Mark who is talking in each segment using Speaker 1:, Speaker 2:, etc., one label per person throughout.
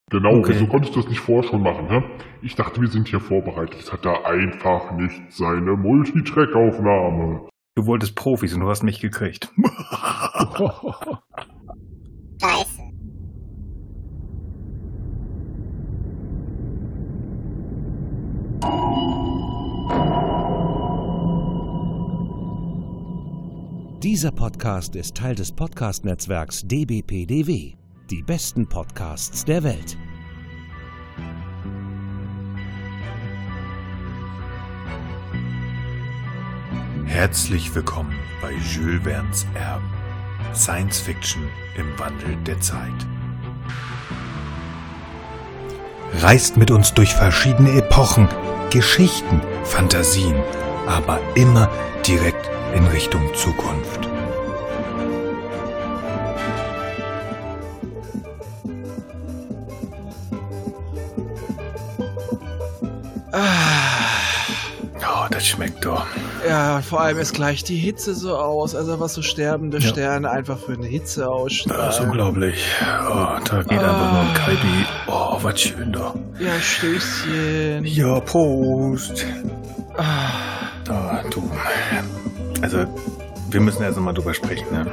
Speaker 1: Genau,
Speaker 2: Okay.
Speaker 1: wieso konntest du das nicht vorher schon machen, hä? Ich dachte, wir sind hier vorbereitet. Das hat er einfach nicht seine Multitrack-Aufnahme.
Speaker 2: Du wolltest Profis und du hast mich gekriegt.
Speaker 3: Scheiße.
Speaker 4: Dieser Podcast ist Teil des Podcast-Netzwerks dbpdw. Die besten Podcasts der Welt.
Speaker 2: Herzlich willkommen bei Jules Verne's Erben. Science Fiction im Wandel der Zeit. Reist mit uns durch verschiedene Epochen, Geschichten, Fantasien, aber immer direkt in Richtung Zukunft. Oh, das schmeckt doch.
Speaker 5: Ja, vor allem ist gleich die Hitze so aus. Also was so sterbende
Speaker 2: Ja.
Speaker 5: Sterne einfach für eine Hitze ausstrahlen.
Speaker 2: Das ist unglaublich. Oh, da geht einfach nur ein Kalbi. Oh, was schön da.
Speaker 5: Ja, Stößchen.
Speaker 2: Ja, Prost.
Speaker 5: Ah,
Speaker 2: Da, du. Also, wir müssen erst mal drüber sprechen, ne?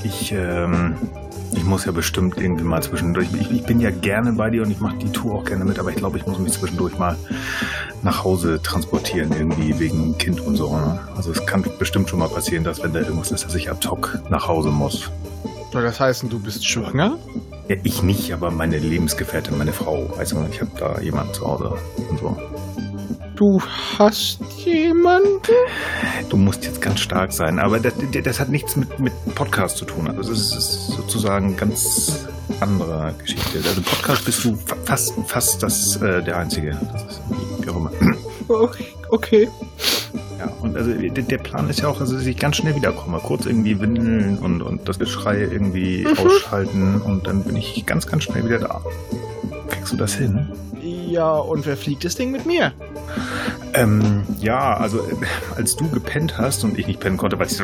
Speaker 2: Ich muss ja bestimmt irgendwie mal zwischendurch. Ich bin ja gerne bei dir und ich mache die Tour auch gerne mit, aber ich glaube, ich muss mich zwischendurch mal nach Hause transportieren, irgendwie wegen Kind und so, ne? Also es kann bestimmt schon mal passieren, dass wenn da irgendwas ist, dass ich ad hoc nach Hause muss.
Speaker 5: soll das heißen, du bist schwanger?
Speaker 2: Ja, ich nicht, aber meine Lebensgefährtin, meine Frau. Weißt du, ich habe da jemanden zu Hause und so.
Speaker 5: Du hast jemanden?
Speaker 2: Du musst jetzt ganz stark sein, aber das hat nichts mit Podcast zu tun. Also das ist sozusagen ganz andere Geschichte. Also Podcast bist du fast der Einzige. Das ist wie auch immer.
Speaker 5: Okay.
Speaker 2: Ja, und also der Plan ist ja auch, dass ich ganz schnell wiederkomme. Kurz irgendwie windeln und das Geschrei irgendwie ausschalten und dann bin ich ganz, ganz schnell wieder da. Kriegst du das hin?
Speaker 5: Ja, und wer fliegt das Ding mit mir?
Speaker 2: Ja, also als du gepennt hast und ich nicht pennen konnte, weil ich so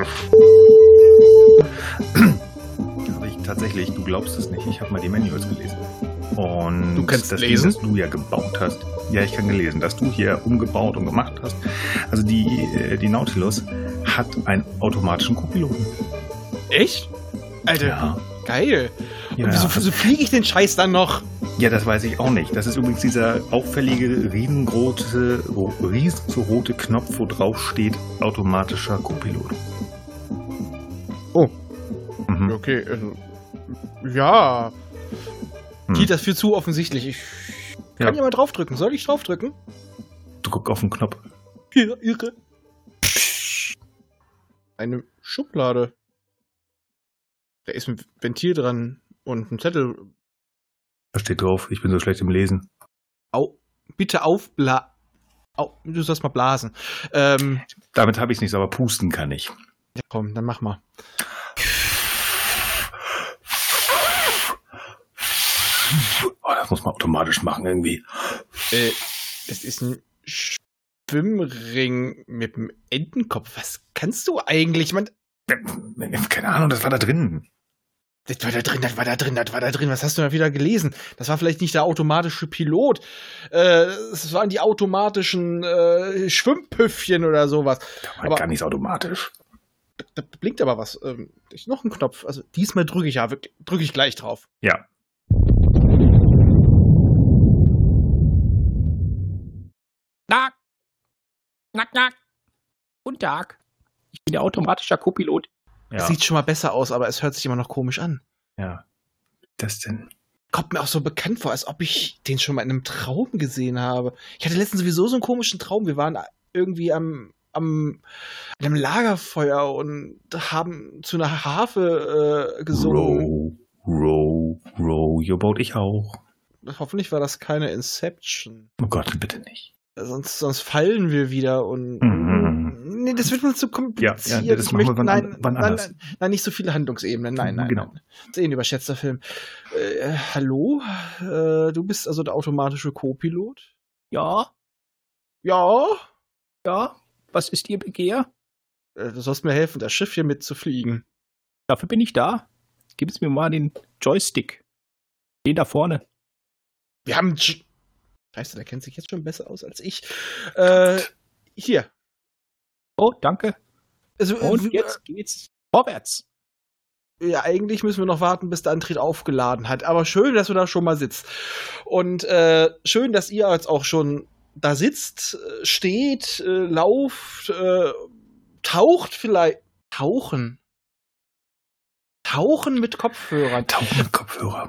Speaker 2: habe ich tatsächlich, du glaubst es nicht, ich habe mal die Manuals gelesen. Und
Speaker 5: Du kannst
Speaker 2: das
Speaker 5: lesen?
Speaker 2: Ding, das du ja gebaut hast. Ja, ich kann gelesen, dass du hier umgebaut und gemacht hast. Also die Nautilus hat einen automatischen Co-Piloten.
Speaker 5: Echt? Alter,
Speaker 2: Ja.
Speaker 5: geil.
Speaker 2: Ja.
Speaker 5: Und wieso fliege ich den Scheiß dann noch?
Speaker 2: Ja, das weiß ich auch nicht. Das ist übrigens dieser auffällige, riesengroße rote Knopf, wo drauf steht, automatischer Co-Pilot.
Speaker 5: Oh.
Speaker 2: Mhm.
Speaker 5: Okay, also, ja.
Speaker 2: Hm.
Speaker 5: Geht das viel zu offensichtlich. Ich kann ja mal draufdrücken. Soll ich draufdrücken?
Speaker 2: Drück auf den Knopf.
Speaker 5: Ja, irre. Eine Schublade. Da ist ein Ventil dran und ein Zettel.
Speaker 2: Da steht drauf, ich bin so schlecht im Lesen.
Speaker 5: Bitte du sollst mal blasen.
Speaker 2: Damit habe ich nichts, aber pusten kann ich.
Speaker 5: Ja, komm, dann mach mal.
Speaker 2: Oh, das muss man automatisch machen irgendwie.
Speaker 5: Es ist ein Schwimmring mit einem Entenkopf. Was kannst du eigentlich?
Speaker 2: Keine Ahnung, das war da drin.
Speaker 5: Das war da drin. Was hast du da wieder gelesen? Das war vielleicht nicht der automatische Pilot. Es waren die automatischen Schwimmpüffchen oder sowas.
Speaker 2: Da war
Speaker 5: Aber
Speaker 2: gar nichts automatisch.
Speaker 5: da blinkt aber was. Ist noch ein Knopf. Also diesmal drücke ich gleich drauf.
Speaker 2: Ja.
Speaker 6: Knack. Guten Tag. Ich bin der automatische Co-Pilot.
Speaker 5: Es sieht schon mal besser aus, aber es hört sich immer noch komisch an.
Speaker 2: Ja. Das denn?
Speaker 5: Kommt mir auch so bekannt vor, als ob ich den schon mal in einem Traum gesehen habe. Ich hatte letztens sowieso so einen komischen Traum. Wir waren irgendwie an einem Lagerfeuer und haben zu einer Harfe gesungen.
Speaker 2: Row, your boat, ich auch.
Speaker 5: Hoffentlich war das keine Inception.
Speaker 2: Oh Gott, bitte nicht.
Speaker 5: Sonst fallen wir wieder und. Nee, das wird mir zu kompliziert.
Speaker 2: Ja, das machen wir wann anders.
Speaker 5: Nein, nicht so viele Handlungsebenen. Nein.
Speaker 2: Genau.
Speaker 5: Nein. Das ist ein überschätzter Film. Hallo? Du bist also der automatische Co-Pilot?
Speaker 6: Ja.
Speaker 5: Ja?
Speaker 6: Was ist Ihr Begehr?
Speaker 5: Du sollst mir helfen, das Schiff hier mitzufliegen.
Speaker 6: Dafür bin ich da. Gib es mir mal den Joystick. Den da vorne.
Speaker 5: Wir haben... Scheiße, der kennt sich jetzt schon besser aus als ich. Hier.
Speaker 6: Oh, danke.
Speaker 5: Also,
Speaker 6: Und jetzt geht's vorwärts.
Speaker 5: Ja, eigentlich müssen wir noch warten, bis der Antrieb aufgeladen hat. Aber schön, dass du da schon mal sitzt. Und schön, dass ihr jetzt auch schon da sitzt, steht, lauft, taucht vielleicht. Tauchen mit Kopfhörern.
Speaker 2: Tauchen mit Kopfhörer.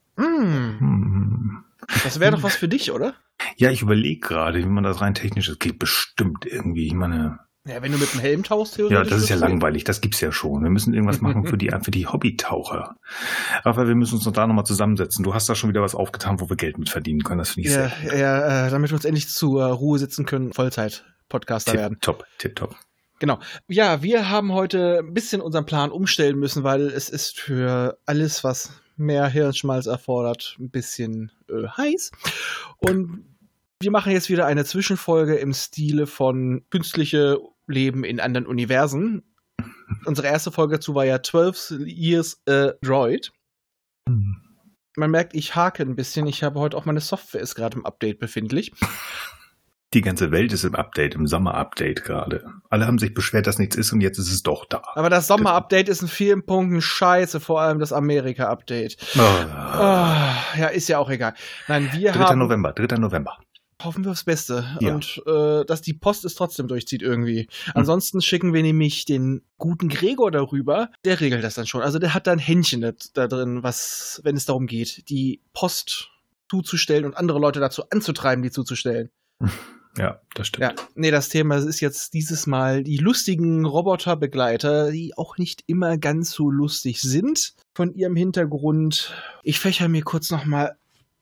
Speaker 5: Das wäre doch was für dich, oder?
Speaker 2: Ja, ich überlege gerade, wie man das rein technisch, das geht bestimmt irgendwie. Ich meine,
Speaker 5: Ja, wenn du mit dem Helm tauchst,
Speaker 2: ja,
Speaker 5: theoretisch.
Speaker 2: das ist ja
Speaker 5: wird's
Speaker 2: langweilig, das gibt's ja schon. Wir müssen irgendwas machen für die Hobbytaucher. Aber wir müssen uns noch da nochmal zusammensetzen. Du hast da schon wieder was aufgetan, wo wir Geld mit verdienen können. Das finde ich
Speaker 5: gehen. Ja, damit wir uns endlich zur Ruhe sitzen können, Vollzeit-Podcaster werden.
Speaker 2: Tipptopp.
Speaker 5: Genau. Ja, wir haben heute ein bisschen unseren Plan umstellen müssen, weil es ist für alles, was mehr Hirnschmalz erfordert, ein bisschen heiß. Und wir machen jetzt wieder eine Zwischenfolge im Stile von künstliche Leben in anderen Universen. Unsere erste Folge dazu war ja 12 Years a Droid. Man merkt, ich hake ein bisschen. Ich habe heute auch meine Software ist gerade im Update befindlich.
Speaker 2: Die ganze Welt ist im Update, im Sommer-Update gerade. Alle haben sich beschwert, dass nichts ist und jetzt ist es doch da.
Speaker 5: Aber das Sommer-Update ist in vielen Punkten scheiße, vor allem das Amerika-Update. Ja, ist ja auch egal. Nein,
Speaker 2: 3. November.
Speaker 5: Hoffen wir aufs Beste.
Speaker 2: Ja.
Speaker 5: Und dass die Post es trotzdem durchzieht irgendwie. Ansonsten schicken wir nämlich den guten Gregor darüber. Der regelt das dann schon. Also der hat da ein Händchen da drin, was, wenn es darum geht, die Post zuzustellen und andere Leute dazu anzutreiben, die zuzustellen.
Speaker 2: Ja, das stimmt.
Speaker 5: Ja, nee, das Thema ist jetzt dieses Mal die lustigen Roboterbegleiter, die auch nicht immer ganz so lustig sind von ihrem Hintergrund. Ich fächer mir kurz nochmal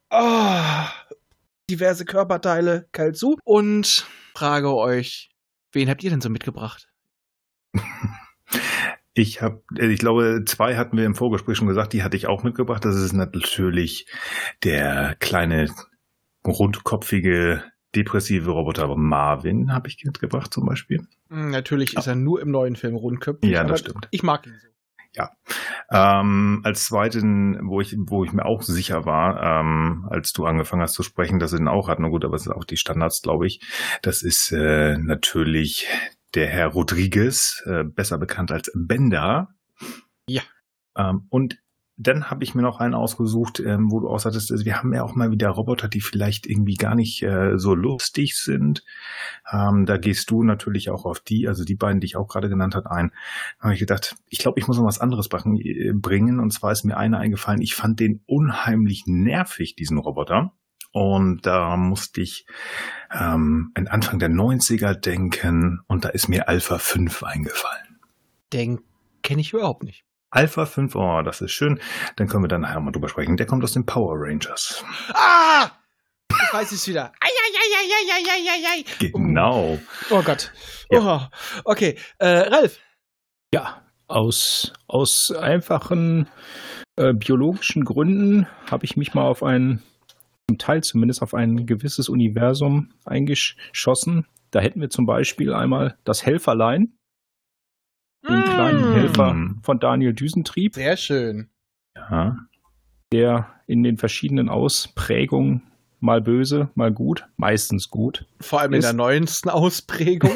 Speaker 5: diverse Körperteile kalt zu und frage euch, wen habt ihr denn so mitgebracht?
Speaker 2: Ich glaube, 2 hatten wir im Vorgespräch schon gesagt, die hatte ich auch mitgebracht. Das ist natürlich der kleine, rundkopfige, depressive Roboter Marvin, habe ich mitgebracht zum Beispiel.
Speaker 5: Natürlich ist er nur im neuen Film rundköpfig.
Speaker 2: Ja, das stimmt.
Speaker 5: Ich mag ihn so.
Speaker 2: Ja. Als zweiten, wo ich mir auch sicher war, als du angefangen hast zu sprechen, dass sie den auch hatten, gut, aber es sind auch die Standards, glaube ich. Das ist natürlich der Herr Rodriguez, besser bekannt als Bender.
Speaker 5: Ja.
Speaker 2: Und dann habe ich mir noch einen ausgesucht, wo du auch sagtest, also wir haben ja auch mal wieder Roboter, die vielleicht irgendwie gar nicht so lustig sind. Da gehst du natürlich auch auf die, also die beiden, die ich auch gerade genannt habe, ein. Da habe ich gedacht, ich glaube, ich muss noch was anderes bringen. Und zwar ist mir einer eingefallen, ich fand den unheimlich nervig, diesen Roboter. Und da musste ich an Anfang der 90er denken und da ist mir Alpha 5 eingefallen.
Speaker 5: Den kenne ich überhaupt nicht.
Speaker 2: Alpha 5, oh, das ist schön. Dann können wir dann nachher mal drüber sprechen. Der kommt aus den Power Rangers.
Speaker 5: Ah! Ich weiß es wieder. Ai.
Speaker 2: Genau.
Speaker 5: Oh Gott.
Speaker 2: Ja.
Speaker 5: Oh, okay. Ralf.
Speaker 6: Ja, aus einfachen biologischen Gründen habe ich mich mal zum Teil zumindest auf ein gewisses Universum eingeschossen. Da hätten wir zum Beispiel einmal das Helferlein. Den kleinen Helfer von Daniel Düsentrieb.
Speaker 5: Sehr schön.
Speaker 2: Ja.
Speaker 6: Der in den verschiedenen Ausprägungen mal böse, mal gut, meistens gut.
Speaker 5: Vor allem in der neuesten Ausprägung.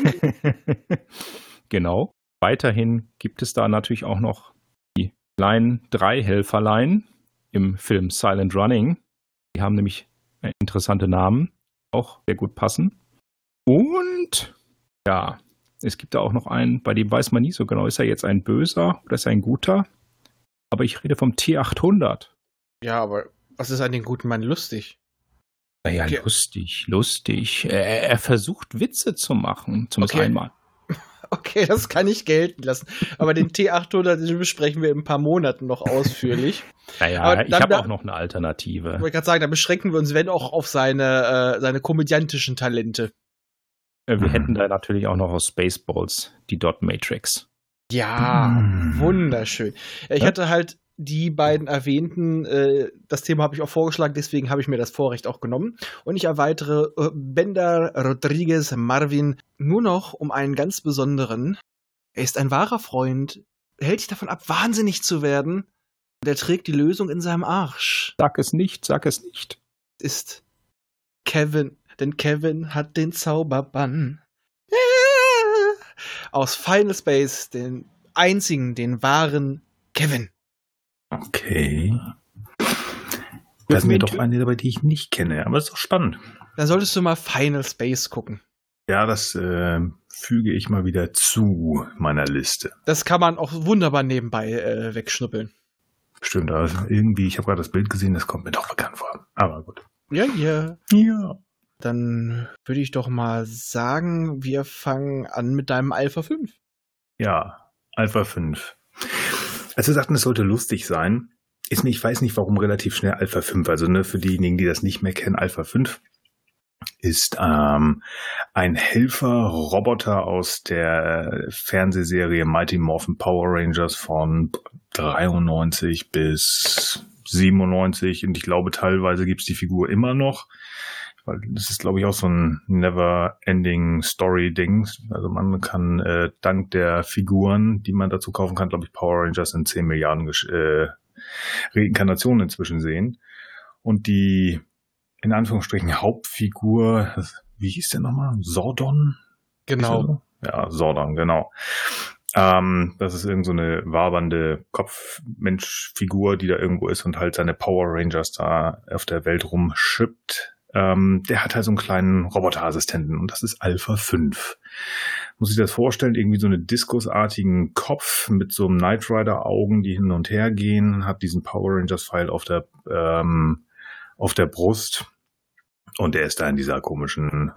Speaker 6: Genau. Weiterhin gibt es da natürlich auch noch die kleinen 3 Helferlein im Film Silent Running. Die haben nämlich interessante Namen, auch sehr gut passen. Und ja, es gibt da auch noch einen, bei dem weiß man nie so genau, ist er jetzt ein Böser oder ist er ein Guter? Aber ich rede vom T800.
Speaker 5: Ja, aber was ist an den guten Mann lustig?
Speaker 6: Naja,
Speaker 5: Okay.
Speaker 6: lustig. Er versucht Witze zu machen, zumindest
Speaker 5: Okay.
Speaker 6: einmal.
Speaker 5: Okay, das kann ich gelten lassen. Aber den T800, den besprechen wir in ein paar Monaten noch ausführlich.
Speaker 6: Naja,
Speaker 5: Aber
Speaker 6: ich
Speaker 5: dann-
Speaker 6: habe auch noch eine Alternative.
Speaker 5: Ich wollte gerade sagen, da beschränken wir uns, wenn auch, auf seine komödiantischen Talente.
Speaker 6: Wir hätten da natürlich auch noch aus Spaceballs die Dot Matrix.
Speaker 5: Ja, wunderschön. Ich
Speaker 6: Ja?
Speaker 5: hatte halt die beiden erwähnten, das Thema habe ich auch vorgeschlagen, deswegen habe ich mir das Vorrecht auch genommen. Und ich erweitere Bender Rodriguez Marvin nur noch um einen ganz besonderen. Er ist ein wahrer Freund, hält sich davon ab, wahnsinnig zu werden. Und er trägt die Lösung in seinem Arsch.
Speaker 6: Sag es nicht.
Speaker 5: ist Kevin, denn Kevin hat den Zauberbann. Aus Final Space, den einzigen, den wahren Kevin.
Speaker 2: Okay. Da sind mir doch eine dabei, die ich nicht kenne, aber ist doch spannend.
Speaker 5: Dann solltest du mal Final Space gucken.
Speaker 2: Ja, das füge ich mal wieder zu meiner Liste.
Speaker 5: Das kann man auch wunderbar nebenbei wegschnuppeln.
Speaker 2: Stimmt, also irgendwie, ich habe gerade das Bild gesehen, das kommt mir doch bekannt vor. Aber gut.
Speaker 5: Ja.
Speaker 2: Ja.
Speaker 5: Dann würde ich doch mal sagen, wir fangen an mit deinem Alpha 5.
Speaker 2: Ja, Alpha 5. Als wir sagten, es sollte lustig sein, ist mir, ich weiß nicht warum, relativ schnell Alpha 5. Also für diejenigen, die das nicht mehr kennen, Alpha 5 ist ein Helfer-Roboter aus der Fernsehserie Mighty Morphin Power Rangers von 93 bis 97. Und ich glaube, teilweise gibt es die Figur immer noch. Weil das ist, glaube ich, auch so ein Never-Ending-Story-Ding. Also man kann dank der Figuren, die man dazu kaufen kann, glaube ich, Power Rangers in 10 Milliarden Reinkarnationen inzwischen sehen. Und die, in Anführungsstrichen, Hauptfigur, wie hieß der nochmal? Zordon?
Speaker 5: Genau.
Speaker 2: Ja, Zordon, genau. Das ist irgend so eine wabernde Kopfmenschfigur, die da irgendwo ist und halt seine Power Rangers da auf der Welt rumschippt. Der hat halt so einen kleinen Roboterassistenten und das ist Alpha 5. Muss ich das vorstellen, irgendwie so einen diskusartigen Kopf mit so einem Knight Rider Augen, die hin und her gehen, hat diesen Power Rangers Pfeil auf der Brust und der ist da in dieser komischen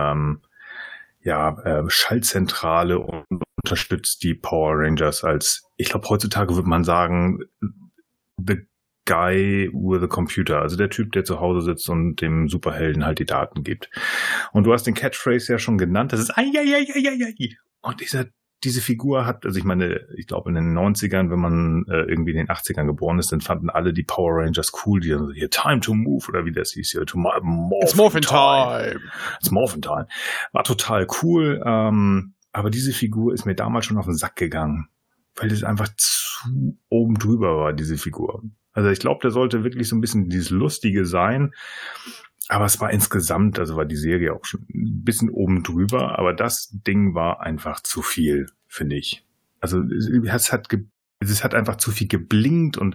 Speaker 2: Schaltzentrale und unterstützt die Power Rangers als, ich glaube heutzutage würde man sagen, the Guy with a Computer, also der Typ, der zu Hause sitzt und dem Superhelden halt die Daten gibt. Und du hast den Catchphrase ja schon genannt, das ist Ai. Und diese Figur hat, also ich meine, ich glaube in den 90ern, wenn man irgendwie in den 80ern geboren ist, dann fanden alle die Power Rangers cool, die dann so hier Time to Move oder wie das hieß hier,
Speaker 5: It's Morphin Time.
Speaker 2: It's Morphin Time. War total cool, aber diese Figur ist mir damals schon auf den Sack gegangen, weil das einfach zu oben drüber war, diese Figur. Also ich glaube, der sollte wirklich so ein bisschen dieses Lustige sein, aber es war insgesamt, also war die Serie auch schon ein bisschen oben drüber, aber das Ding war einfach zu viel, finde ich. Also es hat einfach zu viel geblinkt und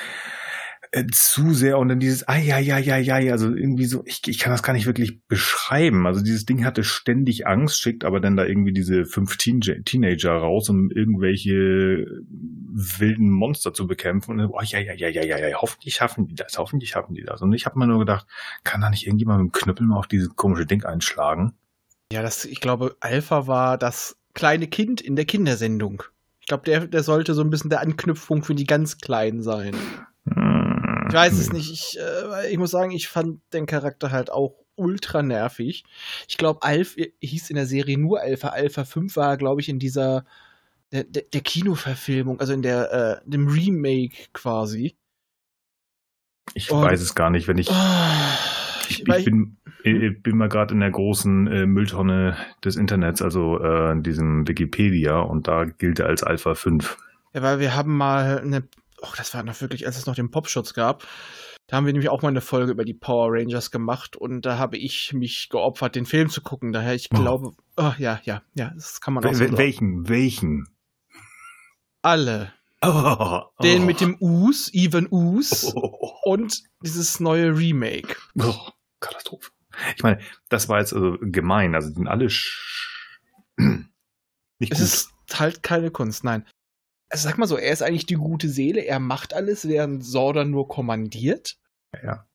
Speaker 2: zu sehr und dann dieses also irgendwie so, ich kann das gar nicht wirklich beschreiben. Also dieses Ding hatte ständig Angst, schickt aber dann da irgendwie diese 5 Teenager raus, um irgendwelche wilden Monster zu bekämpfen und dann, hoffentlich schaffen die das. Und ich habe mir nur gedacht, kann da nicht irgendjemand mit dem Knüppel mal auf dieses komische Ding einschlagen?
Speaker 5: Ja, ich glaube, Alpha war das kleine Kind in der Kindersendung. Ich glaube, der sollte so ein bisschen der Anknüpfpunkt für die ganz Kleinen sein. Ich weiß es nicht. Ich muss sagen, ich fand den Charakter halt auch ultra nervig. Ich glaube, Alf hieß in der Serie nur Alpha. Alpha 5 war, glaube ich, in dieser der Kinoverfilmung, also in dem Remake quasi.
Speaker 2: Ich weiß es gar nicht, wenn ich bin mal gerade in der großen Mülltonne des Internets, also diesem Wikipedia, und da gilt er als Alpha 5.
Speaker 5: Ja, weil wir haben mal das war noch wirklich, als es noch den Popschutz gab, da haben wir nämlich auch mal eine Folge über die Power Rangers gemacht und da habe ich mich geopfert, den Film zu gucken. Daher, ich glaube, das kann man auch so.
Speaker 2: Welchen?
Speaker 5: Alle. Den mit dem Us, Even Us und dieses neue Remake.
Speaker 2: Katastrophe. Ich meine, das war jetzt also gemein, also die sind alle nicht gut.
Speaker 5: Es ist halt keine Kunst, nein. Also sag mal so, er ist eigentlich die gute Seele, er macht alles, während Zordon nur kommandiert.
Speaker 2: Ja.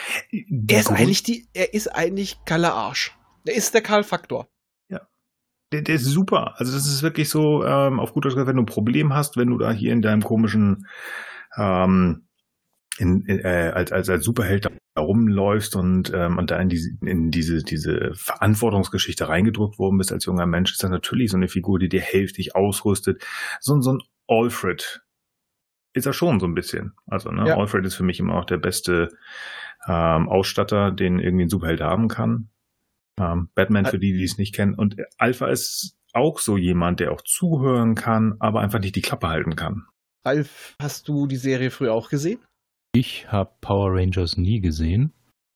Speaker 5: Er ist eigentlich Kalle Arsch. Der ist der Karl Faktor.
Speaker 2: Ja. Der ist super. Also das ist wirklich so, auf gut Deutsch gesagt, wenn du ein Problem hast, wenn du da hier in deinem komischen als Superheld da rumläufst und da in diese Verantwortungsgeschichte reingedrückt worden bist als junger Mensch, ist das natürlich so eine Figur, die dir hilft, dich ausrüstet. So ein Alfred ist er schon so ein bisschen. Also ja. Alfred ist für mich immer auch der beste Ausstatter, den irgendwie ein Superheld haben kann. Batman für die es nicht kennen. Und Alpha ist auch so jemand, der auch zuhören kann, aber einfach nicht die Klappe halten kann.
Speaker 5: Ralf, hast du die Serie früher auch gesehen?
Speaker 6: Ich habe Power Rangers nie gesehen.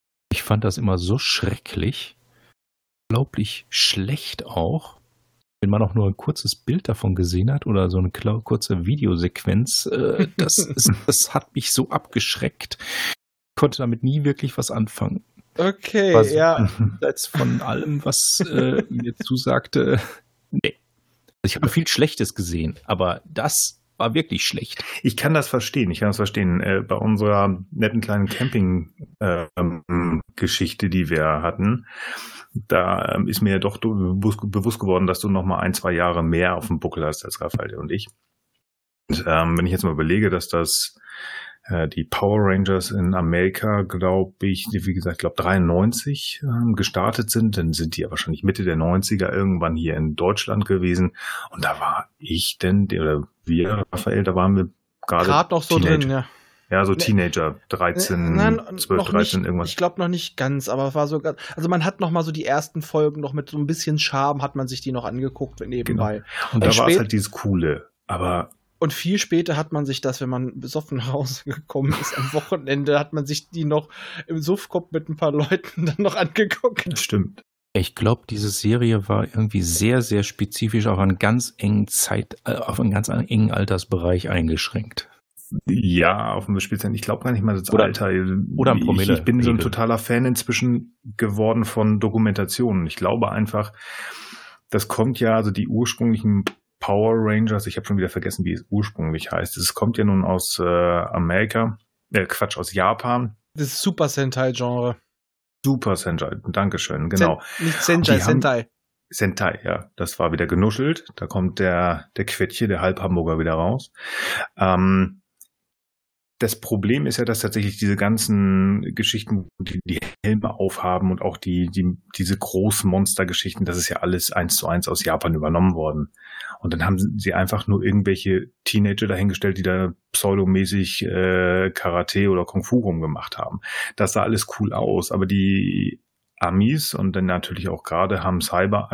Speaker 6: fand das immer so schrecklich, unglaublich schlecht auch. Wenn man auch nur ein kurzes Bild davon gesehen hat oder so eine kurze Videosequenz, das hat mich so abgeschreckt. Ich konnte damit nie wirklich was anfangen.
Speaker 5: Okay,
Speaker 6: Also,
Speaker 5: ja.
Speaker 6: Als von allem, was mir zusagte, nee. Also ich habe viel Schlechtes gesehen, aber das war wirklich schlecht.
Speaker 2: Ich kann das verstehen. Bei unserer netten kleinen Camping-Geschichte, die wir hatten, da ist mir ja doch bewusst geworden, dass du noch mal 1-2 Jahre mehr auf dem Buckel hast als Raphael und ich. Und, wenn ich jetzt mal überlege, dass das die Power Rangers in Amerika, glaube ich, wie gesagt, 93 gestartet sind, dann sind die ja wahrscheinlich Mitte der 90er irgendwann hier in Deutschland gewesen. Und da war ich wir, Raphael, da waren wir gerade
Speaker 5: noch so
Speaker 2: Teenager.
Speaker 5: drin, ja.
Speaker 2: Ja, so Teenager, 13, 12, 13, irgendwas.
Speaker 5: Ich glaube noch nicht ganz, aber es war so ganz, also man hat noch mal so die ersten Folgen noch mit so ein bisschen Charme, hat man sich die noch angeguckt nebenbei.
Speaker 2: Genau. Und da war es halt dieses Coole, aber
Speaker 5: und viel später hat man sich das, wenn man besoffen nach Hause gekommen ist, am Wochenende, hat man sich die noch im Suffkopf mit ein paar Leuten dann noch angeguckt.
Speaker 2: Stimmt.
Speaker 6: Ich glaube, diese Serie war irgendwie sehr, sehr spezifisch auf einen ganz engen auf einen ganz engen Altersbereich eingeschränkt.
Speaker 2: Ja, auf einem speziellen, ich glaube gar nicht mal das
Speaker 6: Oder
Speaker 2: Alter.
Speaker 6: ein Promille.
Speaker 2: Ich bin so ein totaler Fan inzwischen geworden von Dokumentationen. Ich glaube einfach, das kommt ja, also die ursprünglichen Power Rangers, ich habe schon wieder vergessen, wie es ursprünglich heißt. Es kommt ja nun aus Amerika, aus Japan.
Speaker 5: Das ist Super Sentai-Genre.
Speaker 2: Super Sentai, Dankeschön, genau.
Speaker 5: Nicht Sentai, Sentai.
Speaker 2: Sentai, ja, das war wieder genuschelt. Da kommt der Quettche, der Halbhamburger wieder raus. Das Problem ist ja, dass tatsächlich diese ganzen Geschichten, die Helme aufhaben und auch diese Großmonster-Geschichten, das ist ja alles 1:1 aus Japan übernommen worden. Und dann haben sie einfach nur irgendwelche Teenager dahingestellt, die da pseudomäßig Karate oder Kung Fu rumgemacht haben. Das sah alles cool aus, aber die Amis und dann natürlich auch gerade haben Saban,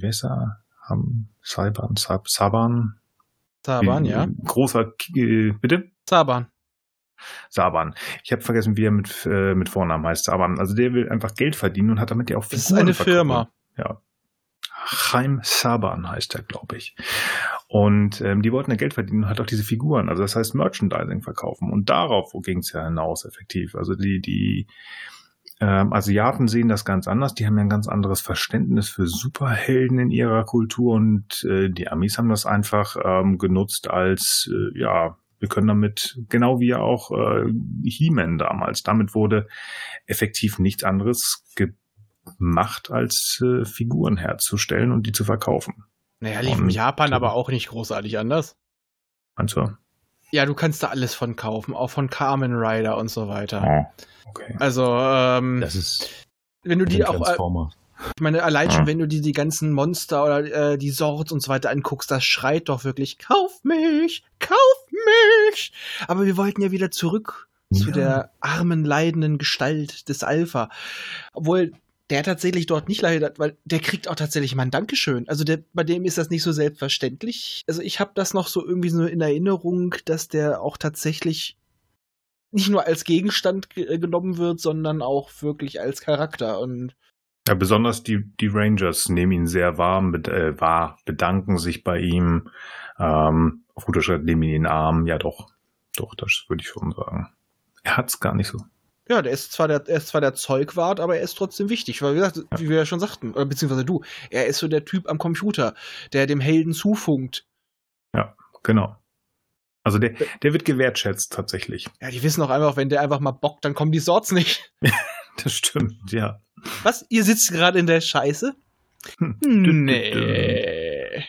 Speaker 5: ja.
Speaker 2: Großer, bitte? Saban. Ich habe vergessen, wie er mit Vornamen heißt. Saban. Also der will einfach Geld verdienen und hat damit ja auch Figuren.
Speaker 5: Das ist eine Firma.
Speaker 2: Ja. Chaim Saban heißt er, glaube ich. Und die wollten ja Geld verdienen und hat auch diese Figuren. Also das heißt Merchandising verkaufen. Und darauf ging es ja hinaus effektiv. Also die Asiaten sehen das ganz anders. Die haben ja ein ganz anderes Verständnis für Superhelden in ihrer Kultur. Und die Amis haben das einfach genutzt als, wir können damit, genau wie auch He-Man damals, damit wurde effektiv nichts anderes gemacht, als Figuren herzustellen und die zu verkaufen.
Speaker 5: Naja, lief in Japan aber auch nicht großartig anders.
Speaker 2: Meinst du?
Speaker 5: Ja, du kannst da alles von kaufen, auch von Kamen Rider und so weiter.
Speaker 2: Oh, okay.
Speaker 5: Also,
Speaker 6: das ist
Speaker 5: wenn du die auch,
Speaker 6: Transformer.
Speaker 5: ich meine, allein schon, wenn du die ganzen Monster oder die Sorts und so weiter anguckst, das schreit doch wirklich, kauf mich! Aber wir wollten ja wieder zurück zu der armen, leidenden Gestalt des Alpha. Obwohl der tatsächlich dort nicht leidet, weil der kriegt auch tatsächlich mal ein Dankeschön. Also bei dem ist das nicht so selbstverständlich. Also ich habe das noch so irgendwie so in Erinnerung, dass der auch tatsächlich nicht nur als Gegenstand genommen wird, sondern auch wirklich als Charakter. Und
Speaker 2: ja, besonders die Rangers nehmen ihn sehr wahr, bedanken sich bei ihm. Auf guter Schritt nehmen ihn in den Arm. Ja, doch, das würde ich schon sagen. Er hat's gar nicht so.
Speaker 5: Ja, er ist zwar der Zeugwart, aber er ist trotzdem wichtig, weil wie wir ja schon sagten, oder beziehungsweise du, er ist so der Typ am Computer, der dem Helden zufunkt.
Speaker 2: Ja, genau. Also der wird gewertschätzt tatsächlich.
Speaker 5: Ja, die wissen auch einfach, wenn der einfach mal bockt, dann kommen die Sorts nicht.
Speaker 2: Das stimmt, ja.
Speaker 5: Was? Ihr sitzt gerade in der Scheiße? Nee.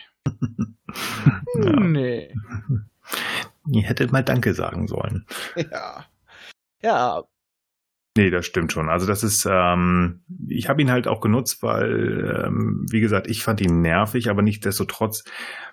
Speaker 5: Nee.
Speaker 2: Ihr hättet mal Danke sagen sollen.
Speaker 5: Ja.
Speaker 2: Nee, das stimmt schon. Also das ist, ich habe ihn halt auch genutzt, weil, wie gesagt, ich fand ihn nervig, aber nichtsdestotrotz,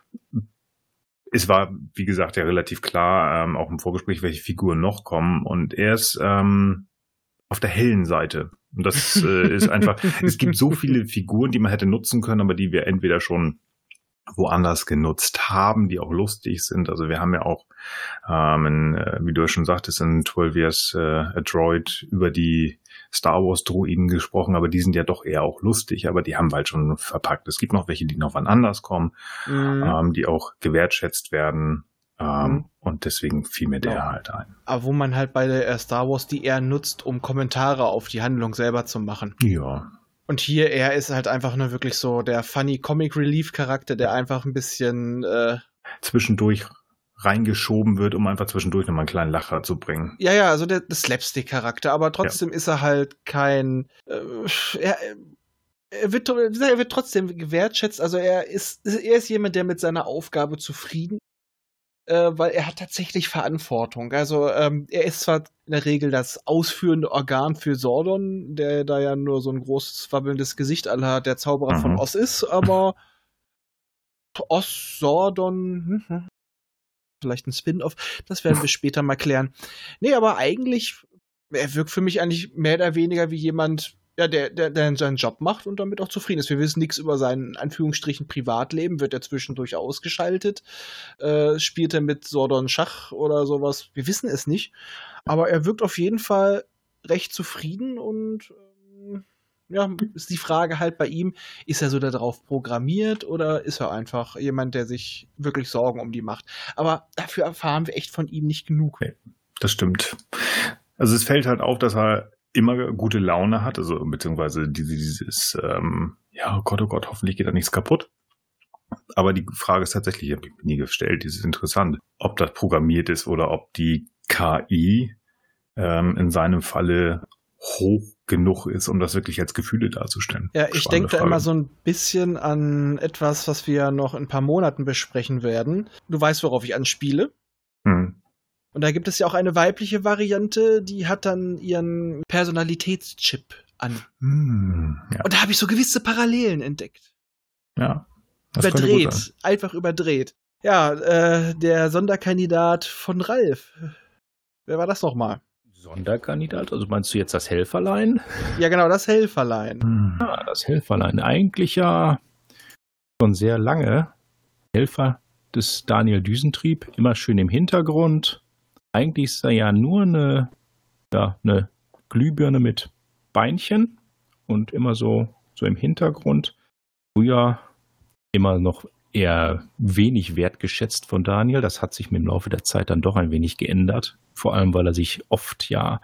Speaker 2: es war, wie gesagt, ja relativ klar, auch im Vorgespräch, welche Figuren noch kommen. Und er ist auf der hellen Seite. Und das ist einfach, es gibt so viele Figuren, die man hätte nutzen können, aber die wir entweder schon woanders genutzt haben, die auch lustig sind. Also wir haben ja auch, wie du schon sagtest, in 12 Years a Droid über die Star Wars Droiden gesprochen, aber die sind ja doch eher auch lustig, aber die haben wir halt schon verpackt. Es gibt noch welche, die noch wann anders kommen, die auch gewertschätzt werden. Und deswegen fiel mir der halt ein.
Speaker 5: Aber wo man halt bei der Star Wars die eher nutzt, um Kommentare auf die Handlung selber zu machen.
Speaker 2: Ja.
Speaker 5: Und hier, er ist halt einfach nur wirklich so der funny Comic Relief Charakter, der einfach ein bisschen
Speaker 2: zwischendurch reingeschoben wird, um einfach zwischendurch nochmal einen kleinen Lacher zu bringen.
Speaker 5: Ja, also der Slapstick-Charakter, aber trotzdem ist er halt kein er wird trotzdem gewertschätzt, also er ist jemand, der mit seiner Aufgabe zufrieden, weil er hat tatsächlich Verantwortung. Also er ist zwar in der Regel das ausführende Organ für Sordon, der da ja nur so ein großes, wabbelndes Gesicht à la der Zauberer von Oz ist, aber Oz, Sordon, vielleicht ein Spin-off, das werden wir später mal klären. Nee, aber eigentlich, er wirkt für mich eigentlich mehr oder weniger wie jemand, ja, der seinen Job macht und damit auch zufrieden ist. Wir wissen nichts über sein, in Anführungsstrichen, Privatleben. Wird er zwischendurch ausgeschaltet? Spielt er mit Sordon Schach oder sowas? Wir wissen es nicht. Aber er wirkt auf jeden Fall recht zufrieden und ja, ist die Frage halt bei ihm, ist er so darauf programmiert oder ist er einfach jemand, der sich wirklich Sorgen um die macht? Aber dafür erfahren wir echt von ihm nicht genug.
Speaker 2: Okay, das stimmt. Also es fällt halt auf, dass er immer gute Laune hat, also beziehungsweise dieses oh Gott, hoffentlich geht da nichts kaputt. Aber die Frage ist tatsächlich, habe ich mir nie gestellt, das ist interessant, ob das programmiert ist oder ob die KI in seinem Falle hoch genug ist, um das wirklich als Gefühle darzustellen.
Speaker 5: Ja, ich denke da immer so ein bisschen an etwas, was wir noch in ein paar Monaten besprechen werden. Du weißt, worauf ich anspiele. Und da gibt es ja auch eine weibliche Variante, die hat dann ihren Personalitätschip an.
Speaker 2: Ja.
Speaker 5: Und da habe ich so gewisse Parallelen entdeckt.
Speaker 2: Ja. Das
Speaker 5: überdreht, einfach überdreht. Ja, der Sonderkandidat von Ralf. Wer war das nochmal?
Speaker 6: Sonderkandidat? Also meinst du jetzt das Helferlein?
Speaker 5: Ja, genau, das Helferlein.
Speaker 6: Ja, das Helferlein. Eigentlich ja schon sehr lange Helfer des Daniel Düsentrieb. Immer schön im Hintergrund. Eigentlich ist er ja nur eine Glühbirne mit Beinchen und immer so im Hintergrund. Früher immer noch eher wenig wertgeschätzt von Daniel. Das hat sich mit dem Laufe der Zeit dann doch ein wenig geändert. Vor allem, weil er sich oft ja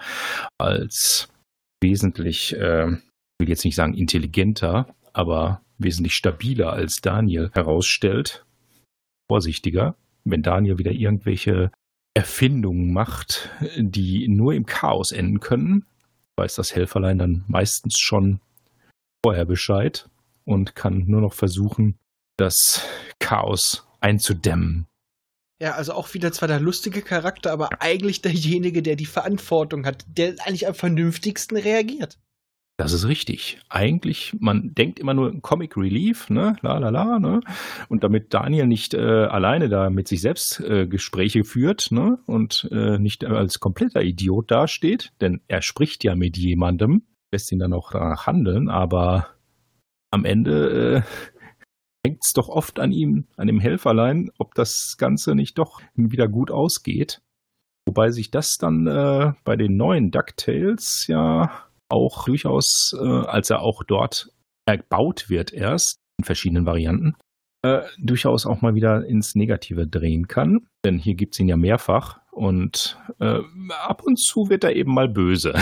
Speaker 6: als wesentlich, ich will jetzt nicht sagen intelligenter, aber wesentlich stabiler als Daniel herausstellt. Vorsichtiger, wenn Daniel wieder irgendwelche Erfindungen macht, die nur im Chaos enden können, weiß das Helferlein dann meistens schon vorher Bescheid und kann nur noch versuchen, das Chaos einzudämmen.
Speaker 5: Ja, also auch wieder zwar der lustige Charakter, aber eigentlich derjenige, der die Verantwortung hat, der eigentlich am vernünftigsten reagiert.
Speaker 6: Das ist richtig. Eigentlich, man denkt immer nur Comic Relief, ne, ne? Und damit Daniel nicht alleine da mit sich selbst Gespräche führt, ne, und nicht als kompletter Idiot dasteht, denn er spricht ja mit jemandem, lässt ihn dann auch danach handeln, aber am Ende hängt es doch oft an ihm, an dem Helferlein, ob das Ganze nicht doch wieder gut ausgeht. Wobei sich das dann bei den neuen DuckTales ja auch durchaus, als er auch dort erbaut wird erst, in verschiedenen Varianten, durchaus auch mal wieder ins Negative drehen kann. Denn hier gibt es ihn ja mehrfach und ab und zu wird er eben mal böse.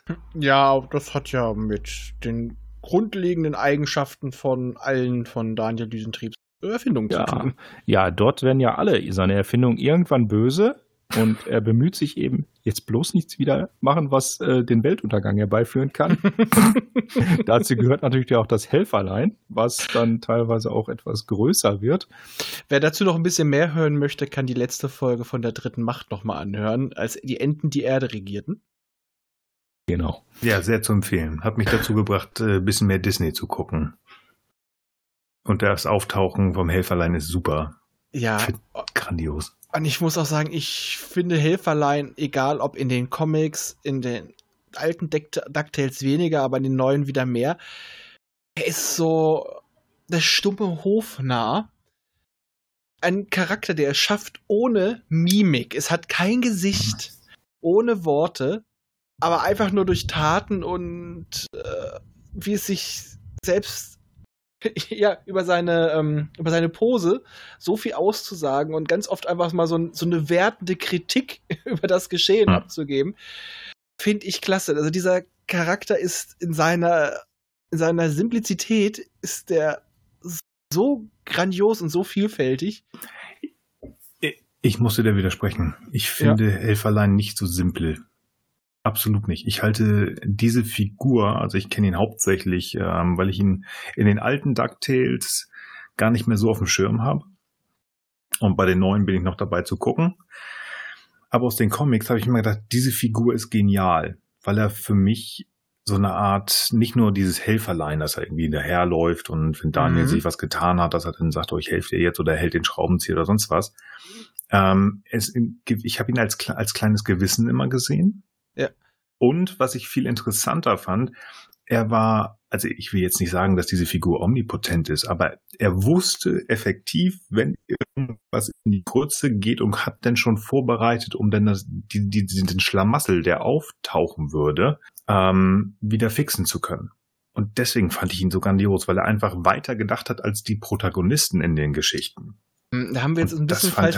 Speaker 5: Ja, das hat ja mit den grundlegenden Eigenschaften von allen von Daniel Düsentriebs Erfindungen zu tun.
Speaker 6: Ja, dort werden ja alle seine Erfindungen irgendwann böse und er bemüht sich eben, jetzt bloß nichts wieder machen, was den Weltuntergang herbeiführen kann. Dazu gehört natürlich auch das Helferlein, was dann teilweise auch etwas größer wird.
Speaker 5: Wer dazu noch ein bisschen mehr hören möchte, kann die letzte Folge von der dritten Macht nochmal anhören, als die Enten die Erde regierten.
Speaker 6: Genau.
Speaker 2: Ja, sehr zu empfehlen. Hat mich dazu gebracht, ein bisschen mehr Disney zu gucken. Und das Auftauchen vom Helferlein ist super.
Speaker 5: Ja.
Speaker 2: Grandios.
Speaker 5: Und ich muss auch sagen, ich finde Helferlein, egal ob in den Comics, in den alten DuckTales weniger, aber in den neuen wieder mehr, er ist so der stumme Hofnarr. Ein Charakter, der es schafft ohne Mimik. Es hat kein Gesicht, ohne Worte, aber einfach nur durch Taten und wie es sich selbst über seine Pose so viel auszusagen und ganz oft einfach mal so eine wertende Kritik über das Geschehen abzugeben, finde ich klasse. Also dieser Charakter ist in seiner Simplizität ist der so grandios und so vielfältig.
Speaker 2: Ich musste dir widersprechen. Ich finde Helferlein nicht so simpel. Absolut nicht. Ich halte diese Figur, also ich kenne ihn hauptsächlich, weil ich ihn in den alten DuckTales gar nicht mehr so auf dem Schirm habe. Und bei den neuen bin ich noch dabei zu gucken. Aber aus den Comics habe ich immer gedacht, diese Figur ist genial, weil er für mich so eine Art, nicht nur dieses Helferlein, dass er irgendwie daherläuft und wenn Daniel sich was getan hat, dass er dann sagt, oh, ich helfe dir jetzt oder er hält den Schraubenzieher oder sonst was. Ich habe ihn als kleines Gewissen immer gesehen.
Speaker 5: Ja.
Speaker 2: Und was ich viel interessanter fand, er war, also ich will jetzt nicht sagen, dass diese Figur omnipotent ist, aber er wusste effektiv, wenn irgendwas in die Grütze geht und hat dann schon vorbereitet, um dann den Schlamassel, der auftauchen würde, wieder fixen zu können. Und deswegen fand ich ihn so grandios, weil er einfach weiter gedacht hat als die Protagonisten in den Geschichten.
Speaker 5: Da haben wir jetzt ein bisschen
Speaker 2: falsch.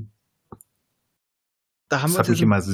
Speaker 2: Das hat mich immer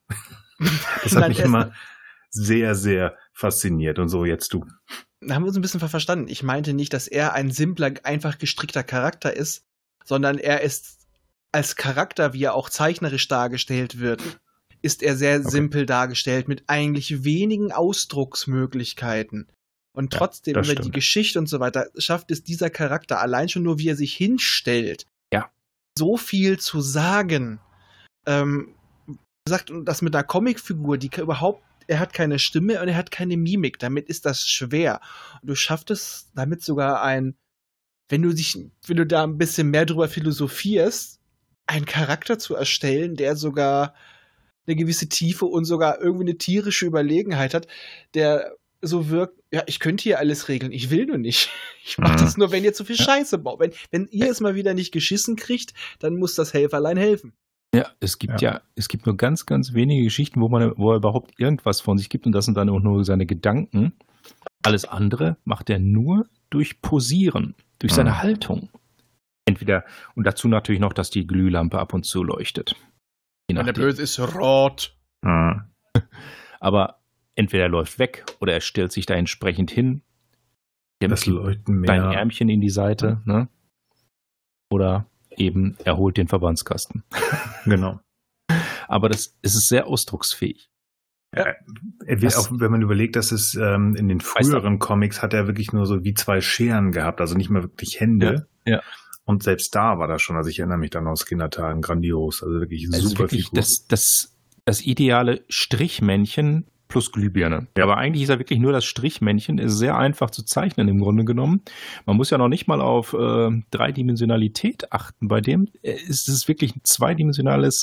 Speaker 2: sehr, sehr fasziniert. Und so jetzt du.
Speaker 5: Da haben wir uns ein bisschen verstanden. Ich meinte nicht, dass er ein simpler, einfach gestrickter Charakter ist, sondern er ist als Charakter, wie er auch zeichnerisch dargestellt wird, ist er sehr simpel dargestellt, mit eigentlich wenigen Ausdrucksmöglichkeiten. Und trotzdem über die Geschichte und so weiter schafft es dieser Charakter, allein schon nur, wie er sich hinstellt, so viel zu sagen. Sagt, das mit einer Comicfigur, die er hat keine Stimme und er hat keine Mimik, damit ist das schwer. Und du schaffst es damit sogar wenn du da ein bisschen mehr drüber philosophierst, einen Charakter zu erstellen, der sogar eine gewisse Tiefe und sogar irgendwie eine tierische Überlegenheit hat, der so wirkt, ja, ich könnte hier alles regeln, ich will nur nicht. Ich mach das nur, wenn ihr zu viel Scheiße baut. Wenn ihr es mal wieder nicht geschissen kriegt, dann muss das Helferlein helfen.
Speaker 6: Ja, es gibt nur ganz, ganz wenige Geschichten, wo er überhaupt irgendwas von sich gibt und das sind dann auch nur seine Gedanken. Alles andere macht er nur durch Posieren, durch seine Haltung. Entweder, und dazu natürlich noch, dass die Glühlampe ab und zu leuchtet.
Speaker 5: Wenn der Böse ist rot.
Speaker 6: Aber entweder er läuft weg oder er stellt sich da entsprechend hin.
Speaker 2: Das Leuchten mehr.
Speaker 6: Dein Ärmchen in die Seite, ne? Oder eben er holt den Verbandskasten.
Speaker 2: Genau.
Speaker 6: Aber es ist sehr ausdrucksfähig.
Speaker 2: Ja, auch wenn man überlegt, dass es in den früheren Comics hat er wirklich nur so wie zwei Scheren gehabt, also nicht mehr wirklich Hände.
Speaker 6: Ja.
Speaker 2: Und selbst da war das schon, also ich erinnere mich dann aus Kindertagen, grandios, also wirklich super
Speaker 6: wirklich
Speaker 2: Figur.
Speaker 6: Das ideale Strichmännchen plus Glühbirne. Ja, aber eigentlich ist er wirklich nur das Strichmännchen, ist sehr einfach zu zeichnen im Grunde genommen. Man muss ja noch nicht mal auf Dreidimensionalität achten bei dem. Es ist wirklich ein zweidimensionales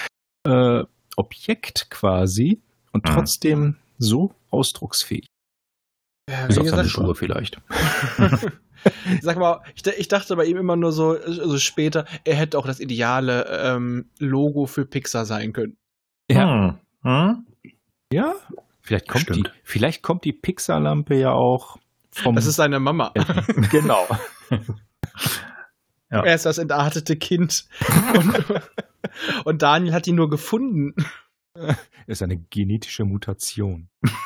Speaker 6: Objekt quasi und trotzdem so ausdrucksfähig.
Speaker 5: Ja,
Speaker 6: bis auf seine Schuhe vielleicht.
Speaker 5: Sag mal, ich dachte bei ihm immer nur so später, er hätte auch das ideale Logo für Pixar sein können.
Speaker 6: Ja. Ja, vielleicht kommt die Pixar-Lampe ja auch vom...
Speaker 5: Das ist seine Mama.
Speaker 6: Genau.
Speaker 5: Ja. Er ist das entartete Kind. Und Daniel hat ihn nur gefunden.
Speaker 6: Das ist eine genetische Mutation.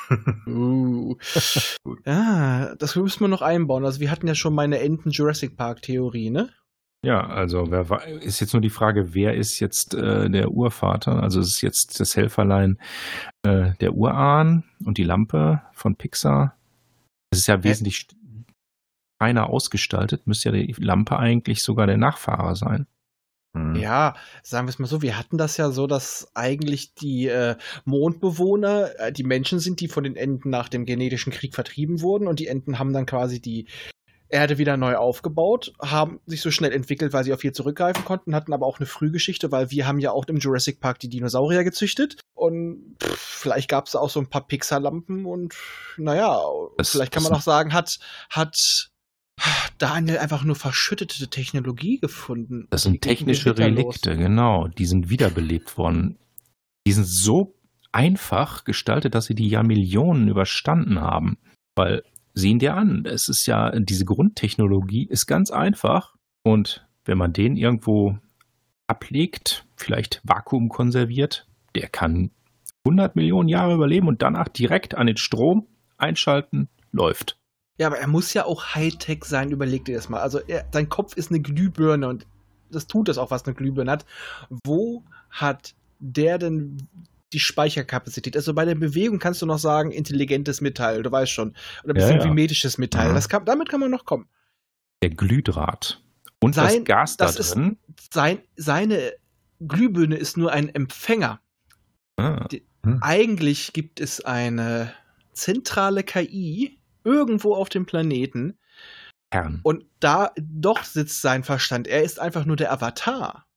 Speaker 5: Ja, das müssen wir noch einbauen. Also wir hatten ja schon meine Enten-Jurassic Park-Theorie, ne?
Speaker 6: Ja, also ist jetzt nur die Frage, wer ist jetzt der Urvater? Also ist jetzt das Helferlein der Urahn und die Lampe von Pixar. Das ist ja wesentlich feiner ausgestaltet. Müsste ja die Lampe eigentlich sogar der Nachfahre sein.
Speaker 5: Ja, sagen wir es mal so, wir hatten das ja so, dass eigentlich die Mondbewohner die Menschen sind, die von den Enten nach dem genetischen Krieg vertrieben wurden und die Enten haben dann quasi die Erde wieder neu aufgebaut, haben sich so schnell entwickelt, weil sie auf viel zurückgreifen konnten, hatten aber auch eine Frühgeschichte, weil wir haben ja auch im Jurassic Park die Dinosaurier gezüchtet und vielleicht gab es auch so ein paar Pixar-Lampen und naja, vielleicht kann man auch sagen, hat Daniel einfach nur verschüttete Technologie gefunden.
Speaker 6: Das sind technische Relikte, genau. Die sind wiederbelebt worden. Die sind so einfach gestaltet, dass sie die Jahrmillionen überstanden haben. Weil, sehen dir an, es ist ja, diese Grundtechnologie ist ganz einfach. Und wenn man den irgendwo ablegt, vielleicht vakuumkonserviert, der kann 100 Millionen Jahre überleben und danach direkt an den Strom einschalten, läuft.
Speaker 5: Ja, aber er muss ja auch Hightech sein, überleg dir das mal. Also sein Kopf ist eine Glühbirne und das tut das auch, was eine Glühbirne hat. Wo hat der denn die Speicherkapazität? Also bei der Bewegung kannst du noch sagen, intelligentes Metall, du weißt schon. Oder ein bisschen mimetisches Metall. Damit kann man noch kommen.
Speaker 6: Der Glühdraht. Und das Gas da drin.
Speaker 5: Seine Glühbirne ist nur ein Empfänger. Eigentlich gibt es eine zentrale KI irgendwo auf dem Planeten.
Speaker 6: Kern.
Speaker 5: Und da doch sitzt sein Verstand. Er ist einfach nur der Avatar.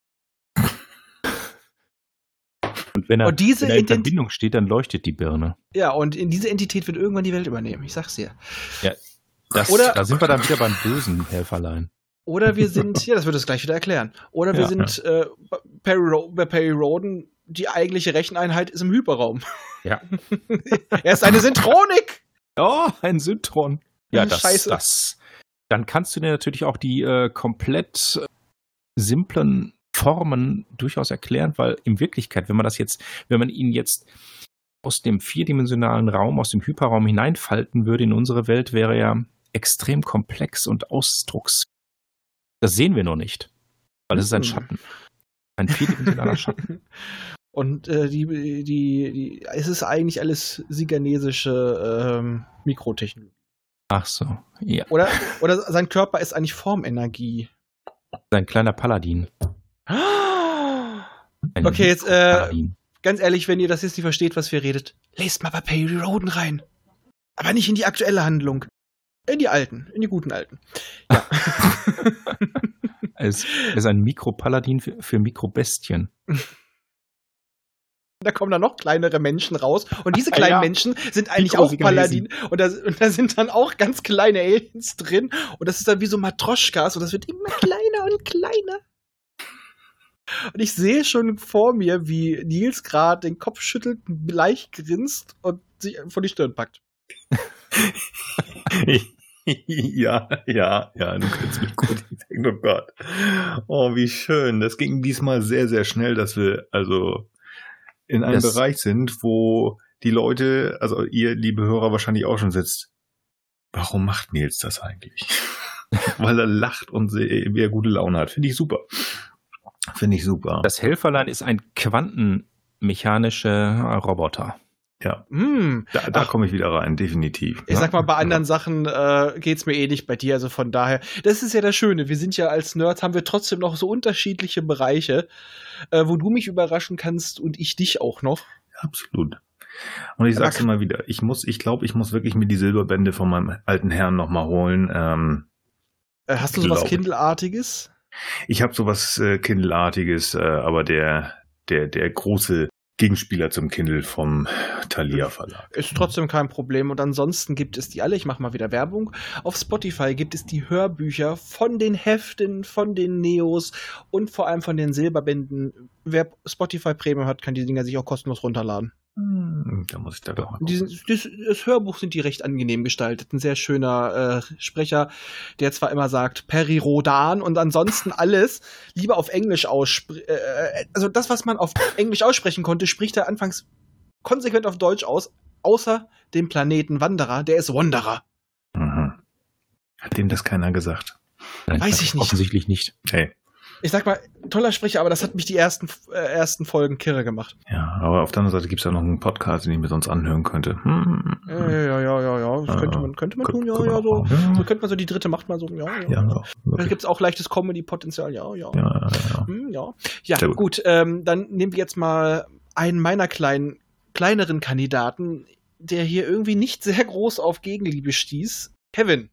Speaker 6: Und wenn er in Verbindung steht, dann leuchtet die Birne.
Speaker 5: Ja, und in diese Entität wird irgendwann die Welt übernehmen. Ich sag's dir.
Speaker 6: Ja, da sind wir dann wieder beim bösen Helferlein.
Speaker 5: Oder wir sind, das wird es gleich wieder erklären. Oder wir sind bei Perry Rhodan, die eigentliche Recheneinheit ist im Hyperraum.
Speaker 6: Ja.
Speaker 5: Er ist eine Syntronik!
Speaker 6: Oh, ein Syntron. Ja,
Speaker 5: Scheiße.
Speaker 6: Dann kannst du dir natürlich auch die komplett simplen Formen durchaus erklären, weil in Wirklichkeit, wenn man ihn jetzt aus dem vierdimensionalen Raum, aus dem Hyperraum hineinfalten würde in unsere Welt, wäre er extrem komplex und ausdrucksfähig. Das sehen wir noch nicht, weil es ist ein Schatten. Ein vierdimensionaler Schatten.
Speaker 5: Und es ist eigentlich alles siganesische Mikrotechnologie.
Speaker 6: Ach so, ja.
Speaker 5: Oder sein Körper ist eigentlich Formenergie.
Speaker 6: Sein kleiner Paladin.
Speaker 5: Okay, jetzt ganz ehrlich, wenn ihr das jetzt nicht versteht, was wir redet, lest mal bei Perry Rhodan rein. Aber nicht in die aktuelle Handlung. In die guten alten. Ja.
Speaker 6: Er ist ein Mikropaladin für Mikrobestien.
Speaker 5: Da kommen dann noch kleinere Menschen raus. Und diese kleinen Menschen sind eigentlich auch Paladin. Und da sind dann auch ganz kleine Aliens drin. Und das ist dann wie so Matroschkas. Und das wird immer kleiner und kleiner. Und ich sehe schon vor mir, wie Nils gerade den Kopf schüttelt, leicht grinst und sich vor die Stirn packt.
Speaker 2: Ja, du kannst mich gut denken, oh Gott. Oh, wie schön. Das ging diesmal sehr, sehr schnell, dass wir also in einem Bereich sind, wo die Leute, also ihr, liebe Hörer, wahrscheinlich auch schon sitzt. Warum macht Nils das eigentlich? Weil er lacht und wie er gute Laune hat. Finde ich super.
Speaker 6: Das Helferlein ist ein quantenmechanischer Roboter.
Speaker 2: Ja, da komme ich wieder rein, definitiv.
Speaker 5: Ich sag mal, bei anderen Sachen geht's mir eh nicht bei dir, also von daher, das ist ja das Schöne, wir sind ja als Nerds, haben wir trotzdem noch so unterschiedliche Bereiche, wo du mich überraschen kannst und ich dich auch noch.
Speaker 2: Absolut. Und ich sag's immer wieder, ich glaube, ich muss wirklich mir die Silberbände von meinem alten Herrn nochmal holen.
Speaker 5: Hast du sowas Kindle-artiges?
Speaker 2: Ich habe sowas Kindle-artiges, aber der große Gegenspieler zum Kindle vom Thalia Verlag.
Speaker 5: Ist trotzdem kein Problem. Und ansonsten gibt es die alle, ich mache mal wieder Werbung, auf Spotify gibt es die Hörbücher von den Heften, von den Neos und vor allem von den Silberbänden. Wer Spotify Premium hat, kann die Dinger sich auch kostenlos runterladen.
Speaker 2: Da muss ich da doch mal gucken.
Speaker 5: Das Hörbuch sind die recht angenehm gestaltet. Ein sehr schöner Sprecher, der zwar immer sagt Perry Rhodan und ansonsten alles lieber auf Englisch ausspricht. Also das, was man auf Englisch aussprechen konnte, spricht er anfangs konsequent auf Deutsch aus, außer dem Planeten Wanderer, der ist Wanderer.
Speaker 2: Mhm. Hat dem das keiner gesagt?
Speaker 6: Nein,
Speaker 5: weiß ich nicht.
Speaker 6: Offensichtlich nicht.
Speaker 2: Hey.
Speaker 5: Ich sag mal, toller Sprecher, aber das hat mich die ersten Folgen kirre gemacht.
Speaker 2: Ja, aber auf der anderen Seite gibt es ja noch einen Podcast, den ich mir sonst anhören könnte.
Speaker 5: Ja. Das könnte man tun, ja. So könnte man so die dritte Macht mal so, ja. Da gibt es auch leichtes Comedy-Potenzial, ja. Ja, gut, dann nehmen wir jetzt mal einen meiner kleineren Kandidaten, der hier irgendwie nicht sehr groß auf Gegenliebe stieß. Kevin.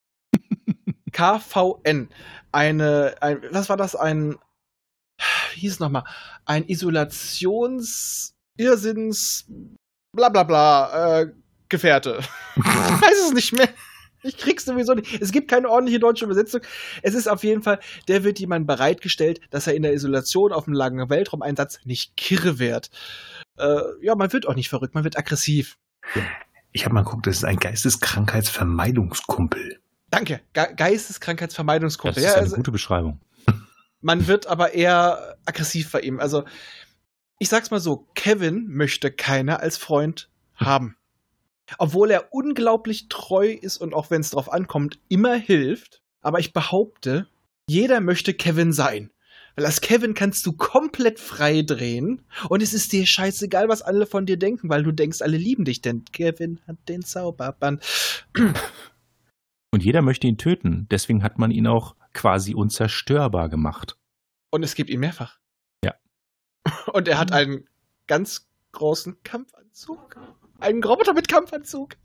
Speaker 5: KVN. Was war das? Wie hieß es nochmal? Ein Isolations-Irrsinns blablabla Gefährte. Ich weiß es nicht mehr. Ich krieg's sowieso nicht. Es gibt keine ordentliche deutsche Übersetzung. Es ist auf jeden Fall, der wird jemand bereitgestellt, dass er in der Isolation auf einem langen Weltraumeinsatz nicht kirre wird. man wird auch nicht verrückt, man wird aggressiv.
Speaker 2: Ich habe mal geguckt, das ist ein Geisteskrankheitsvermeidungskumpel.
Speaker 5: Danke, Geisteskrankheitsvermeidungskumpel.
Speaker 6: Das ist eine gute Beschreibung.
Speaker 5: Man wird aber eher aggressiv bei ihm. Also, ich sag's mal so, Kevin möchte keiner als Freund haben. Obwohl er unglaublich treu ist und auch wenn es drauf ankommt, immer hilft. Aber ich behaupte, jeder möchte Kevin sein. Weil als Kevin kannst du komplett frei drehen und es ist dir scheißegal, was alle von dir denken, weil du denkst, alle lieben dich, denn Kevin hat den Zauberband.
Speaker 6: Und jeder möchte ihn töten. Deswegen hat man ihn auch quasi unzerstörbar gemacht.
Speaker 5: Und es gibt ihn mehrfach.
Speaker 6: Ja.
Speaker 5: Und er hat einen ganz großen Kampfanzug. Einen Roboter mit Kampfanzug.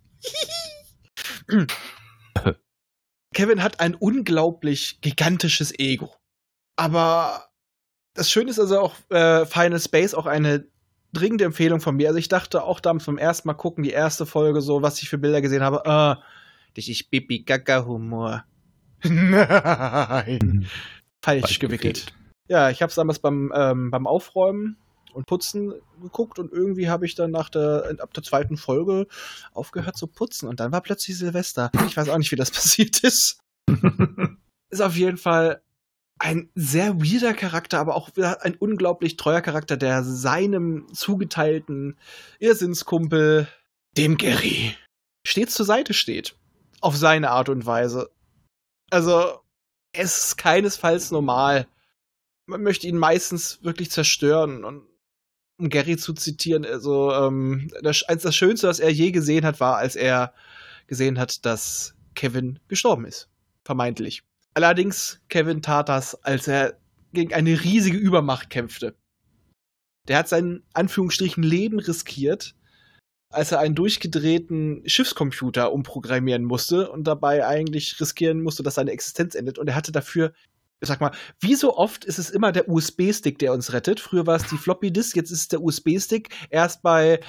Speaker 5: Kevin hat ein unglaublich gigantisches Ego. Aber das Schöne ist also auch Final Space auch eine dringende Empfehlung von mir. Also ich dachte auch damals beim ersten Mal gucken, die erste Folge so, was ich für Bilder gesehen habe, das ist Bibi-Gaga-Humor. Nein. Falsch gewickelt. Ja, ich habe es damals beim Aufräumen und Putzen geguckt und irgendwie habe ich dann ab der zweiten Folge aufgehört zu putzen und dann war plötzlich Silvester. Ich weiß auch nicht, wie das passiert ist. Ist auf jeden Fall ein sehr weirder Charakter, aber auch ein unglaublich treuer Charakter, der seinem zugeteilten Irrsinnskumpel, dem Gary, stets zur Seite steht. Auf seine Art und Weise. Also, es ist keinesfalls normal. Man möchte ihn meistens wirklich zerstören. Und um Gary zu zitieren, also das Schönste, was er je gesehen hat, war, als er gesehen hat, dass Kevin gestorben ist. Vermeintlich. Allerdings, Kevin tat das, als er gegen eine riesige Übermacht kämpfte. Der hat sein, Anführungsstrichen, Leben riskiert, als er einen durchgedrehten Schiffscomputer umprogrammieren musste und dabei eigentlich riskieren musste, dass seine Existenz endet. Und er hatte dafür, ich sag mal, wie so oft ist es immer der USB-Stick, der uns rettet. Früher war es die Floppy-Disk, jetzt ist es der USB-Stick. Erst bei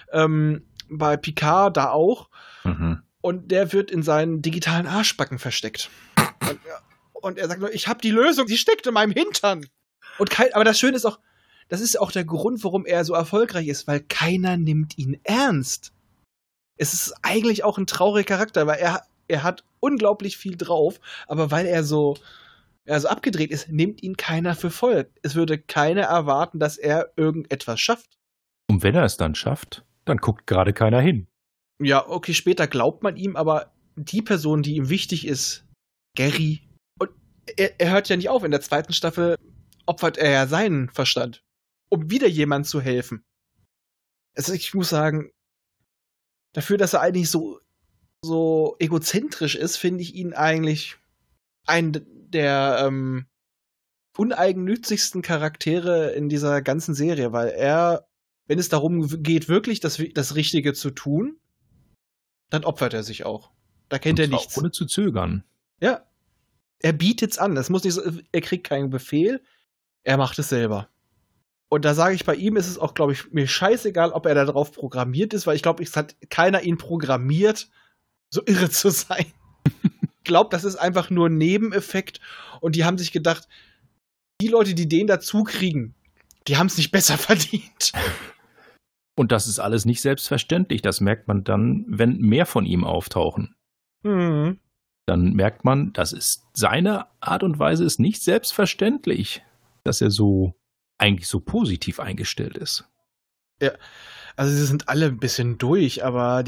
Speaker 5: Picard, da auch. Mhm. Und der wird in seinen digitalen Arschbacken versteckt. Und er sagt nur, ich habe die Lösung, sie steckt in meinem Hintern. Aber das Schöne ist auch, das ist auch der Grund, warum er so erfolgreich ist, weil keiner nimmt ihn ernst. Es ist eigentlich auch ein trauriger Charakter, weil er hat unglaublich viel drauf, aber weil er so abgedreht ist, nimmt ihn keiner für voll. Es würde keiner erwarten, dass er irgendetwas schafft.
Speaker 6: Und wenn er es dann schafft, dann guckt gerade keiner hin.
Speaker 5: Ja, okay, später glaubt man ihm, aber die Person, die ihm wichtig ist, Gary, und er hört ja nicht auf. In der zweiten Staffel opfert er ja seinen Verstand, um wieder jemand zu helfen. Also ich muss sagen, dafür, dass er eigentlich so egozentrisch ist, finde ich ihn eigentlich einen der uneigennützigsten Charaktere in dieser ganzen Serie, weil er, wenn es darum geht, wirklich das Richtige zu tun, dann opfert er sich auch. Da kennt er nichts.
Speaker 6: Ohne zu zögern.
Speaker 5: Ja. Er bietet's an. Das muss nicht so, er kriegt keinen Befehl, er macht es selber. Und da sage ich, bei ihm ist es auch, glaube ich, mir scheißegal, ob er da drauf programmiert ist, weil ich glaube, es hat keiner ihn programmiert, so irre zu sein. Ich glaube, das ist einfach nur ein Nebeneffekt und die haben sich gedacht, die Leute, die den dazu kriegen, die haben es nicht besser verdient.
Speaker 6: Und das ist alles nicht selbstverständlich. Das merkt man dann, wenn mehr von ihm auftauchen.
Speaker 5: Mhm.
Speaker 6: Dann merkt man, das ist seine Art und Weise ist nicht selbstverständlich, dass er eigentlich so positiv eingestellt ist.
Speaker 5: Ja, also sie sind alle ein bisschen durch, aber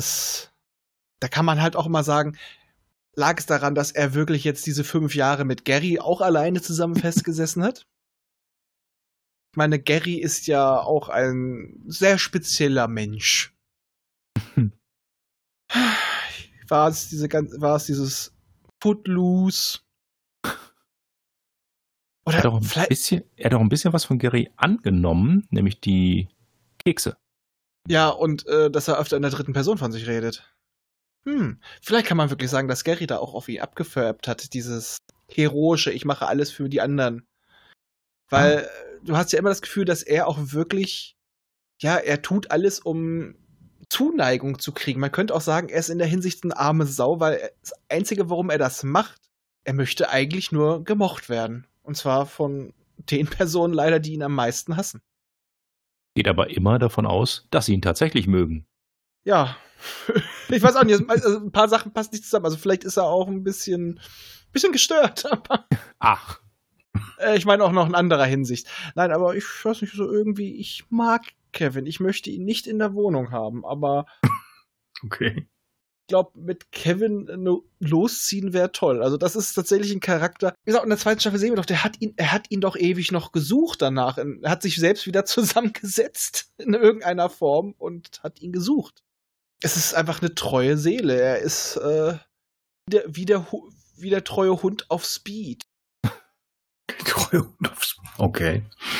Speaker 5: da kann man halt auch mal sagen, lag es daran, dass er wirklich jetzt diese 5 Jahre mit Gary auch alleine zusammen festgesessen hat? Ich meine, Gary ist ja auch ein sehr spezieller Mensch. War es dieses Footloose?
Speaker 6: Oder er hat auch ein bisschen was von Gary angenommen, nämlich die Kekse.
Speaker 5: Ja, und dass er öfter in der dritten Person von sich redet. Vielleicht kann man wirklich sagen, dass Gary da auch auf ihn abgefärbt hat, dieses heroische, ich mache alles für die anderen. Weil du hast ja immer das Gefühl, dass er auch wirklich, ja, er tut alles, um Zuneigung zu kriegen. Man könnte auch sagen, er ist in der Hinsicht eine arme Sau, weil das Einzige, warum er das macht, er möchte eigentlich nur gemocht werden. Und zwar von den Personen leider, die ihn am meisten hassen.
Speaker 6: Geht aber immer davon aus, dass sie ihn tatsächlich mögen.
Speaker 5: Ja, ich weiß auch nicht, also ein paar Sachen passen nicht zusammen. Also vielleicht ist er auch ein bisschen gestört, aber
Speaker 6: Ach,
Speaker 5: ich meine auch noch in anderer Hinsicht. Nein, aber ich weiß nicht, so irgendwie, ich mag Kevin. Ich möchte ihn nicht in der Wohnung haben, aber
Speaker 2: Okay.
Speaker 5: ich glaube, mit Kevin losziehen wäre toll. Also das ist tatsächlich ein Charakter. Wie gesagt, in der zweiten Staffel sehen wir doch, er hat ihn doch ewig noch gesucht danach. Er hat sich selbst wieder zusammengesetzt in irgendeiner Form und hat ihn gesucht. Es ist einfach eine treue Seele. Er ist wie der treue Hund auf Speed.
Speaker 2: Okay.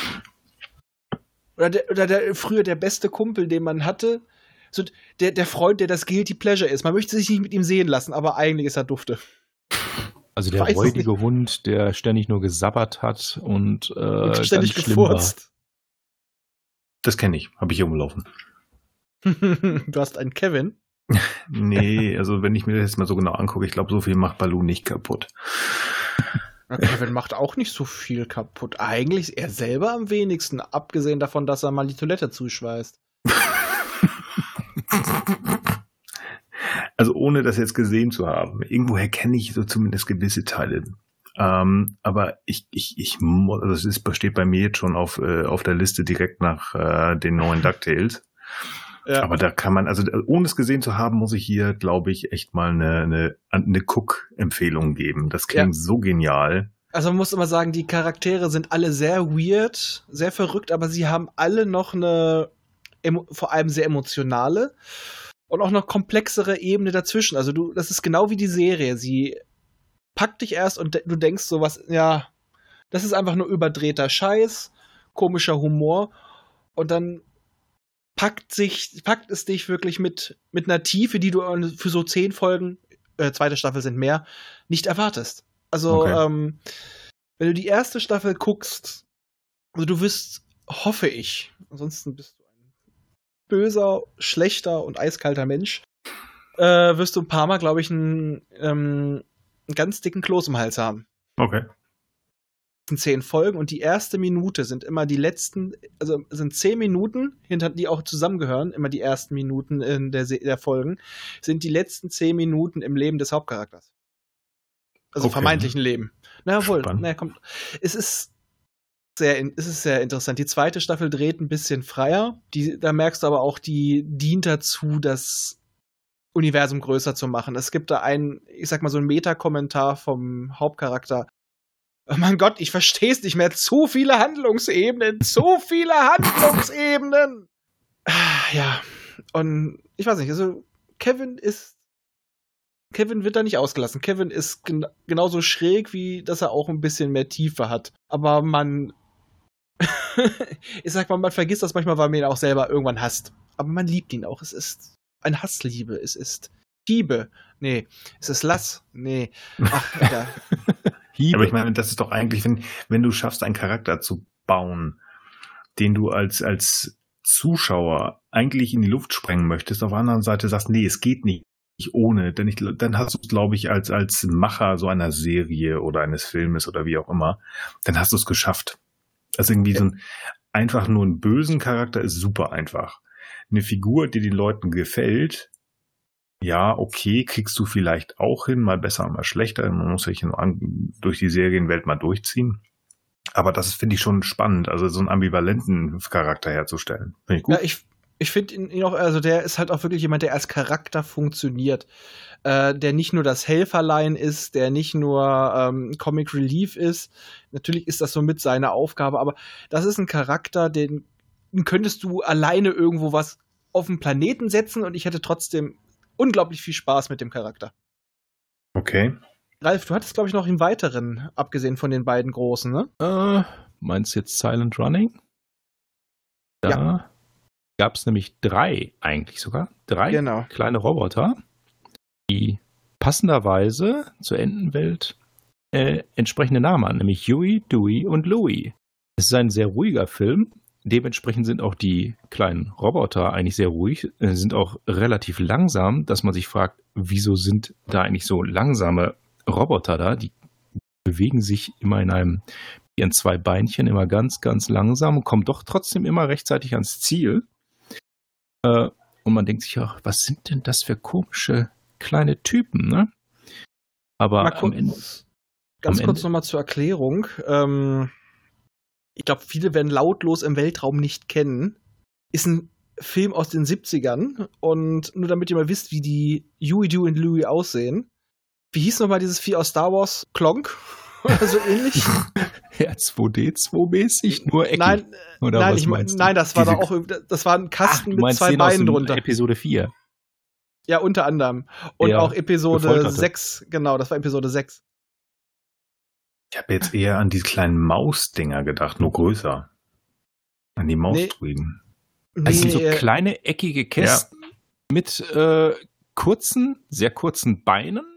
Speaker 5: Oder früher der beste Kumpel, den man hatte. So der Freund, der das Guilty Pleasure ist. Man möchte sich nicht mit ihm sehen lassen, aber eigentlich ist er dufte.
Speaker 6: also der räudige Hund, der ständig nur gesabbert hat und
Speaker 5: ständig
Speaker 6: ganz schlimm war.
Speaker 5: gefurzt.
Speaker 2: Das kenne ich. Habe ich hier rumlaufen.
Speaker 5: Du hast einen Kevin.
Speaker 2: Nee, also wenn ich mir das jetzt mal so genau angucke, ich glaube, so viel macht Baloo nicht kaputt.
Speaker 5: Na, Kevin macht auch nicht so viel kaputt. Eigentlich ist er selber am wenigsten, abgesehen davon, dass er mal die Toilette zuschweißt.
Speaker 2: Also ohne das jetzt gesehen zu haben. Irgendwoher kenne ich so zumindest gewisse Teile. Aber also es besteht bei mir jetzt schon auf der Liste direkt nach den neuen DuckTales.
Speaker 5: Ja.
Speaker 2: Aber da kann man, also ohne es gesehen zu haben, muss ich hier, glaube ich, echt mal eine Cook-Empfehlung geben. Das klingt so genial.
Speaker 5: Also man muss immer sagen, die Charaktere sind alle sehr weird, sehr verrückt, aber sie haben alle noch eine vor allem sehr emotionale und auch noch komplexere Ebene dazwischen. Also das ist genau wie die Serie. Sie packt dich erst und du denkst so was, ja, das ist einfach nur überdrehter Scheiß, komischer Humor und dann packt es dich wirklich mit einer Tiefe, die du für so 10 Folgen, zweite Staffel sind mehr, nicht erwartest. Also, wenn du die erste Staffel guckst, also du wirst, hoffe ich, ansonsten bist du ein böser, schlechter und eiskalter Mensch, wirst du ein paar Mal, glaube ich, einen ganz dicken Kloß im Hals haben.
Speaker 2: Okay.
Speaker 5: 10 Folgen und die erste Minute sind immer die letzten, also sind 10 Minuten, die auch zusammengehören, immer die ersten Minuten in der Folgen, sind die letzten 10 Minuten im Leben des Hauptcharakters. Also vermeintlichen Leben. Na wohl, es ist sehr interessant. Die zweite Staffel dreht ein bisschen freier. Da merkst du aber auch, die dient dazu, das Universum größer zu machen. Es gibt da ich sag mal so einen Meta-Kommentar vom Hauptcharakter. Oh mein Gott, ich versteh's nicht mehr. Zu viele Handlungsebenen. Ja, und ich weiß nicht, also Kevin wird da nicht ausgelassen. Kevin ist genauso schräg, wie dass er auch ein bisschen mehr Tiefe hat. Aber ich sag mal, man vergisst das manchmal, weil man ihn auch selber irgendwann hasst. Aber man liebt ihn auch. Es ist eine Hassliebe. Es ist Hiebe. Nee. Es ist Lass. Nee. Ach, ja.
Speaker 2: Aber ich meine, das ist doch eigentlich, wenn du schaffst, einen Charakter zu bauen, den du als Zuschauer eigentlich in die Luft sprengen möchtest, auf der anderen Seite sagst, nee, es geht nicht ohne, dann hast du es, glaube ich, als Macher so einer Serie oder eines Filmes oder wie auch immer, dann hast du es geschafft. Also irgendwie so einfach nur einen bösen Charakter ist super einfach. Eine Figur, die den Leuten gefällt, ja, okay, kriegst du vielleicht auch hin, mal besser, mal schlechter. Man muss sich durch die Serienwelt mal durchziehen. Aber das finde ich schon spannend, also so einen ambivalenten Charakter herzustellen. Finde ich gut.
Speaker 5: Ja, ich finde ihn auch, also der ist halt auch wirklich jemand, der als Charakter funktioniert. Der nicht nur das Helferlein ist, der nicht nur Comic Relief ist. Natürlich ist das so mit seiner Aufgabe, aber das ist ein Charakter, den könntest du alleine irgendwo was auf den Planeten setzen und ich hätte trotzdem unglaublich viel Spaß mit dem Charakter.
Speaker 2: Okay.
Speaker 5: Ralf, du hattest, glaube ich, noch einen weiteren, abgesehen von den beiden großen, ne?
Speaker 6: Meinst du jetzt Silent Running? Da gab es nämlich 3 eigentlich sogar. 3 kleine Roboter, die passenderweise zur Entenwelt entsprechende Namen haben, nämlich Huey, Dewey und Louie. Es ist ein sehr ruhiger Film. Dementsprechend sind auch die kleinen Roboter eigentlich sehr ruhig, sind auch relativ langsam, dass man sich fragt, wieso sind da eigentlich so langsame Roboter da? Die bewegen sich immer in einem ihren 2 Beinchen immer ganz, ganz langsam und kommen doch trotzdem immer rechtzeitig ans Ziel. Und man denkt sich auch, was sind denn das für komische kleine Typen, ne? Aber am Ende...
Speaker 5: Ganz kurz nochmal zur Erklärung. Ich glaube, viele werden Lautlos im Weltraum nicht kennen. Ist ein Film aus den 70ern. Und nur damit ihr mal wisst, wie die Huey, Dewey und Louie aussehen. Wie hieß nochmal dieses Vieh aus Star Wars? Klonk? Oder so ähnlich?
Speaker 6: Ja, 2D2-mäßig, nur eckig.
Speaker 5: Nein,
Speaker 6: oder
Speaker 5: nein,
Speaker 6: was
Speaker 5: nein, das war doch auch, das war ein Kasten mit 2 Beinen drunter.
Speaker 6: Episode 4.
Speaker 5: Ja, unter anderem. Und
Speaker 6: Ja,
Speaker 5: auch Episode
Speaker 6: Gefolterte.
Speaker 5: 6, genau, das war Episode 6.
Speaker 2: Ich habe jetzt eher an die kleinen Mausdinger gedacht, nur größer. An die Mausdrüben.
Speaker 6: Das sind so kleine, eckige Kästen mit sehr kurzen Beinen,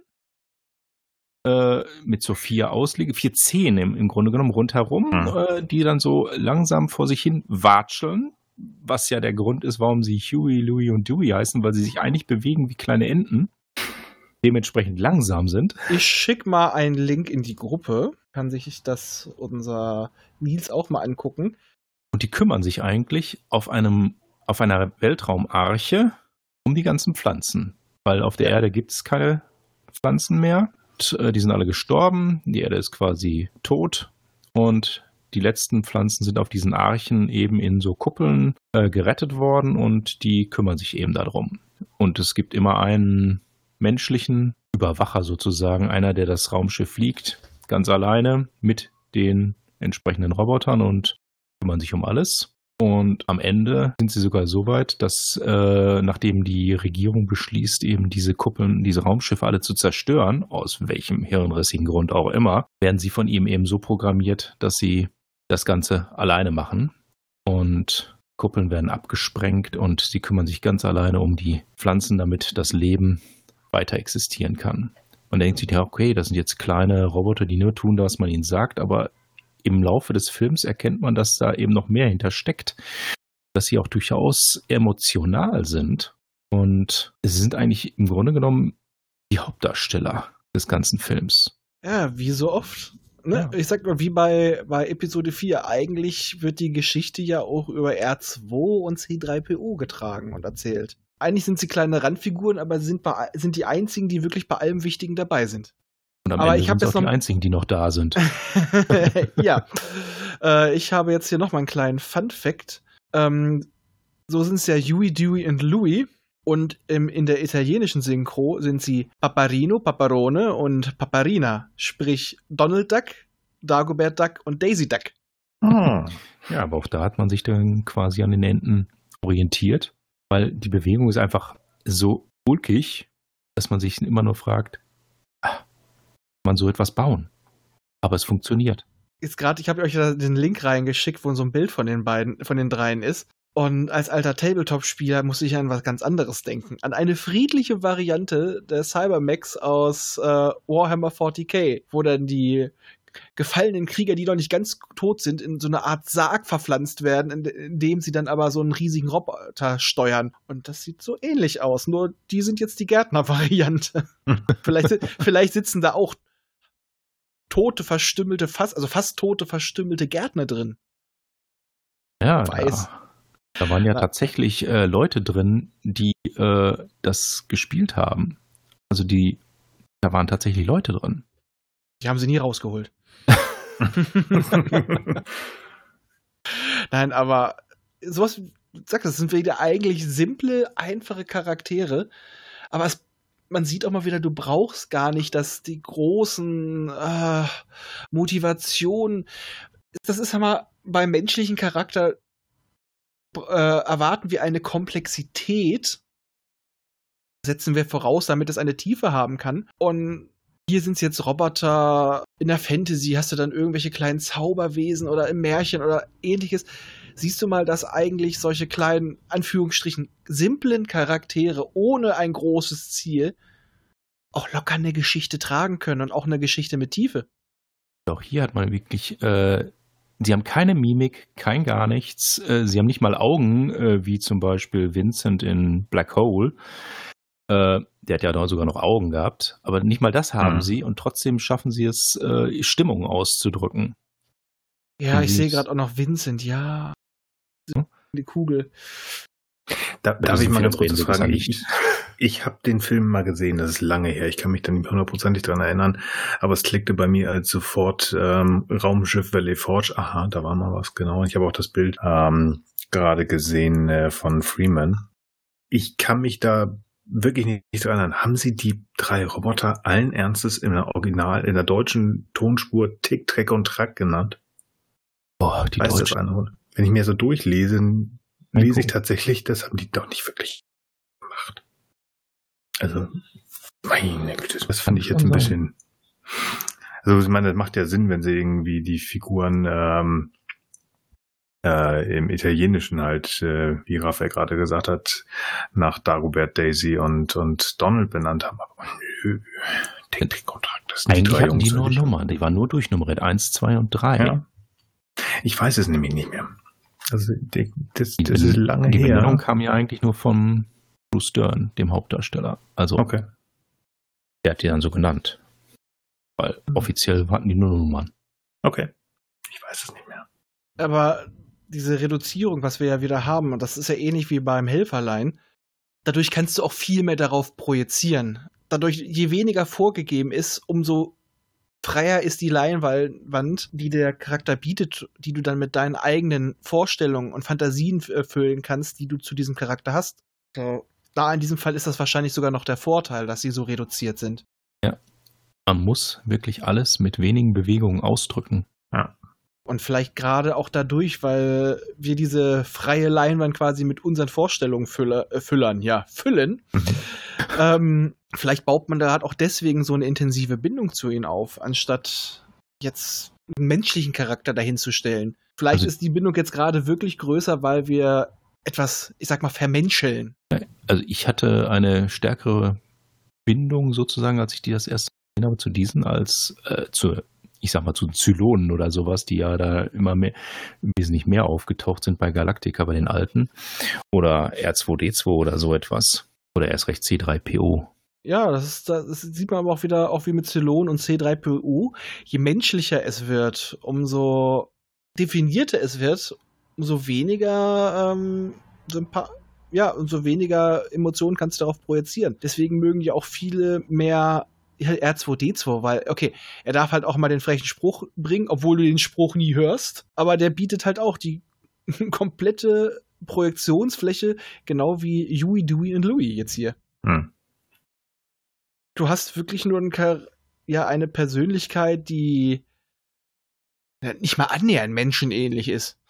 Speaker 6: mit so 4 Zähnen im Grunde genommen rundherum, die dann so langsam vor sich hin watscheln, was ja der Grund ist, warum sie Huey, Louie und Dewey heißen, weil sie sich eigentlich bewegen wie kleine Enten, dementsprechend langsam sind. Ich
Speaker 5: schicke mal einen Link in die Gruppe, kann sich das unser Nils auch mal angucken.
Speaker 6: Und die kümmern sich eigentlich auf einer Weltraumarche um die ganzen Pflanzen, weil auf der Erde gibt es keine Pflanzen mehr. Die sind alle gestorben, die Erde ist quasi tot und die letzten Pflanzen sind auf diesen Archen eben in so Kuppeln gerettet worden und die kümmern sich eben darum. Und es gibt immer einen menschlichen Überwacher sozusagen, einer, der das Raumschiff fliegt, ganz alleine mit den entsprechenden Robotern und kümmern sich um alles. Und am Ende sind sie sogar so weit, dass nachdem die Regierung beschließt, eben diese Kuppeln, diese Raumschiffe alle zu zerstören, aus welchem hirnrissigen Grund auch immer, werden sie von ihm eben so programmiert, dass sie das Ganze alleine machen. Und Kuppeln werden abgesprengt und sie kümmern sich ganz alleine um die Pflanzen, damit das Leben weiter existieren kann. Man denkt sich ja, okay, das sind jetzt kleine Roboter, die nur tun, was man ihnen sagt, aber im Laufe des Films erkennt man, dass da eben noch mehr hintersteckt, dass sie auch durchaus emotional sind und sie sind eigentlich im Grunde genommen die Hauptdarsteller des ganzen Films.
Speaker 5: Ja, wie so oft. Ne? Ja. Ich sag mal, wie bei Episode 4, eigentlich wird die Geschichte ja auch über R2 und C3PO getragen und erzählt. Eigentlich sind sie kleine Randfiguren, aber sind die einzigen, die wirklich bei allem Wichtigen dabei sind.
Speaker 6: Und am Ende sind es auch die einzigen, die noch da sind.
Speaker 5: Ja. Ich habe jetzt hier nochmal einen kleinen Fun-Fact. So sind es ja Huey, Dewey und Louie. Und in der italienischen Synchro sind sie Paparino, Paparone und Paparina. Sprich Donald Duck, Dagobert Duck und Daisy Duck.
Speaker 6: Ja, aber auch da hat man sich dann quasi an den Enten orientiert. Weil die Bewegung ist einfach so ulkig, dass man sich immer nur fragt, man so etwas bauen. Aber es funktioniert.
Speaker 5: Jetzt gerade, ich habe euch da den Link reingeschickt, wo so ein Bild von den dreien ist. Und als alter Tabletop-Spieler musste ich an was ganz anderes denken. An eine friedliche Variante der Cybermechs aus Warhammer 40k, wo dann die gefallenen Krieger, die noch nicht ganz tot sind, in so eine Art Sarg verpflanzt werden, in dem sie dann aber so einen riesigen Roboter steuern. Und das sieht so ähnlich aus, nur die sind jetzt die Gärtner-Variante. vielleicht sitzen da auch fast tote, verstümmelte Gärtner drin.
Speaker 6: Ja, da waren ja tatsächlich Leute drin, die das gespielt haben. Also da waren tatsächlich Leute drin.
Speaker 5: Die haben sie nie rausgeholt. Nein, aber sowas, das sind wieder eigentlich simple, einfache Charaktere. Aber man sieht auch mal wieder, du brauchst gar nicht, dass die großen Motivationen. Das ist ja mal beim menschlichen Charakter erwarten wir eine Komplexität. Setzen wir voraus, damit es eine Tiefe haben kann. Und hier sind es jetzt Roboter, in der Fantasy hast du dann irgendwelche kleinen Zauberwesen oder im Märchen oder ähnliches. Siehst du mal, dass eigentlich solche kleinen, Anführungsstrichen, simplen Charaktere ohne ein großes Ziel auch locker eine Geschichte tragen können und auch eine Geschichte mit Tiefe.
Speaker 6: Auch hier hat man wirklich, sie haben keine Mimik, kein gar nichts. Sie haben nicht mal Augen, wie zum Beispiel Vincent in Black Hole. Der hat ja da sogar noch Augen gehabt, aber nicht mal das haben sie und trotzdem schaffen sie es, Stimmung auszudrücken.
Speaker 5: Ja, ich sehe gerade auch noch Vincent, ja. Die Kugel.
Speaker 2: Darf ich mal ganz kurz fragen? Ich habe den Film mal gesehen, das ist lange her. Ich kann mich da nicht hundertprozentig dran erinnern, aber es klickte bei mir als sofort Raumschiff Valley Forge. Aha, da war mal was, genau. Ich habe auch das Bild gerade gesehen von Freeman. Ich kann mich da wirklich nicht dran erinnern. Haben Sie die 3 Roboter allen Ernstes in der deutschen Tonspur Tick, Track und Track genannt?
Speaker 6: Boah, die Deutschen.
Speaker 2: Wenn ich mir so durchlese, lese ich tatsächlich, das haben die doch nicht wirklich gemacht. Also, meine Güte, das fand ich jetzt ein bisschen. Also, ich meine, das macht ja Sinn, wenn sie irgendwie die Figuren im Italienischen halt, wie Raphael gerade gesagt hat, nach Dagobert, Daisy und Donald benannt haben. Aber nö, Technikkontrakt, das sind
Speaker 6: eigentlich
Speaker 2: die 3
Speaker 6: hatten die
Speaker 2: Jungs.
Speaker 6: nur Nummern, die waren nur durchnummeriert, 1, 2 und 3.
Speaker 2: Ja. Ich weiß es nämlich nicht mehr. Also, das ist lange
Speaker 6: Die
Speaker 2: her.
Speaker 6: Benennung kam ja eigentlich nur von Bruce Dern, dem Hauptdarsteller. Also,
Speaker 2: Okay.
Speaker 6: der hat die dann so genannt. Weil offiziell hatten die nur Nummern.
Speaker 2: Okay. Ich weiß es nicht mehr.
Speaker 5: Aber diese Reduzierung, was wir ja wieder haben, und das ist ja ähnlich wie beim Helferlein, dadurch kannst du auch viel mehr darauf projizieren. Dadurch, je weniger vorgegeben ist, umso freier ist die Leinwand, die der Charakter bietet, die du dann mit deinen eigenen Vorstellungen und Fantasien erfüllen kannst, die du zu diesem Charakter hast. So, da in diesem Fall ist das wahrscheinlich sogar noch der Vorteil, dass sie so reduziert sind.
Speaker 6: Ja. Man muss wirklich alles mit wenigen Bewegungen ausdrücken.
Speaker 2: Ja.
Speaker 5: Und vielleicht gerade auch dadurch, weil wir diese freie Leinwand quasi mit unseren Vorstellungen füllen. Vielleicht baut man da halt auch deswegen so eine intensive Bindung zu ihnen auf, anstatt jetzt einen menschlichen Charakter dahin zu stellen. Vielleicht ist die Bindung jetzt gerade wirklich größer, weil wir etwas, ich sag mal, vermenscheln.
Speaker 6: Also ich hatte eine stärkere Bindung sozusagen, als ich die das erste gesehen habe, zu diesen als zu Zylonen oder sowas, die ja da immer wesentlich mehr aufgetaucht sind bei Galactica, bei den alten. Oder R2D2 oder so etwas. Oder erst recht C3PO.
Speaker 5: Ja, das sieht man aber auch wieder, auch wie mit Zylon und C3PO. Je menschlicher es wird, umso definierter es wird, umso weniger umso weniger Emotionen kannst du darauf projizieren. Deswegen mögen ja auch viele mehr R2D2, weil, okay, er darf halt auch mal den frechen Spruch bringen, obwohl du den Spruch nie hörst, aber der bietet halt auch die komplette Projektionsfläche, genau wie Huey, Dewey und Louie jetzt hier. Du hast wirklich nur eine Persönlichkeit, die nicht mal annähernd menschenähnlich ist.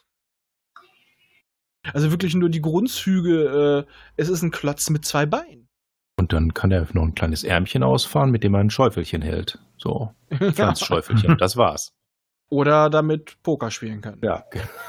Speaker 5: Also wirklich nur die Grundzüge, es ist ein Klotz mit 2 Beinen.
Speaker 6: Und dann kann er noch ein kleines Ärmchen ausfahren, mit dem er ein Schäufelchen hält. So, Pflanzschäufelchen, das war's.
Speaker 5: Oder damit Poker spielen kann.
Speaker 6: Ja.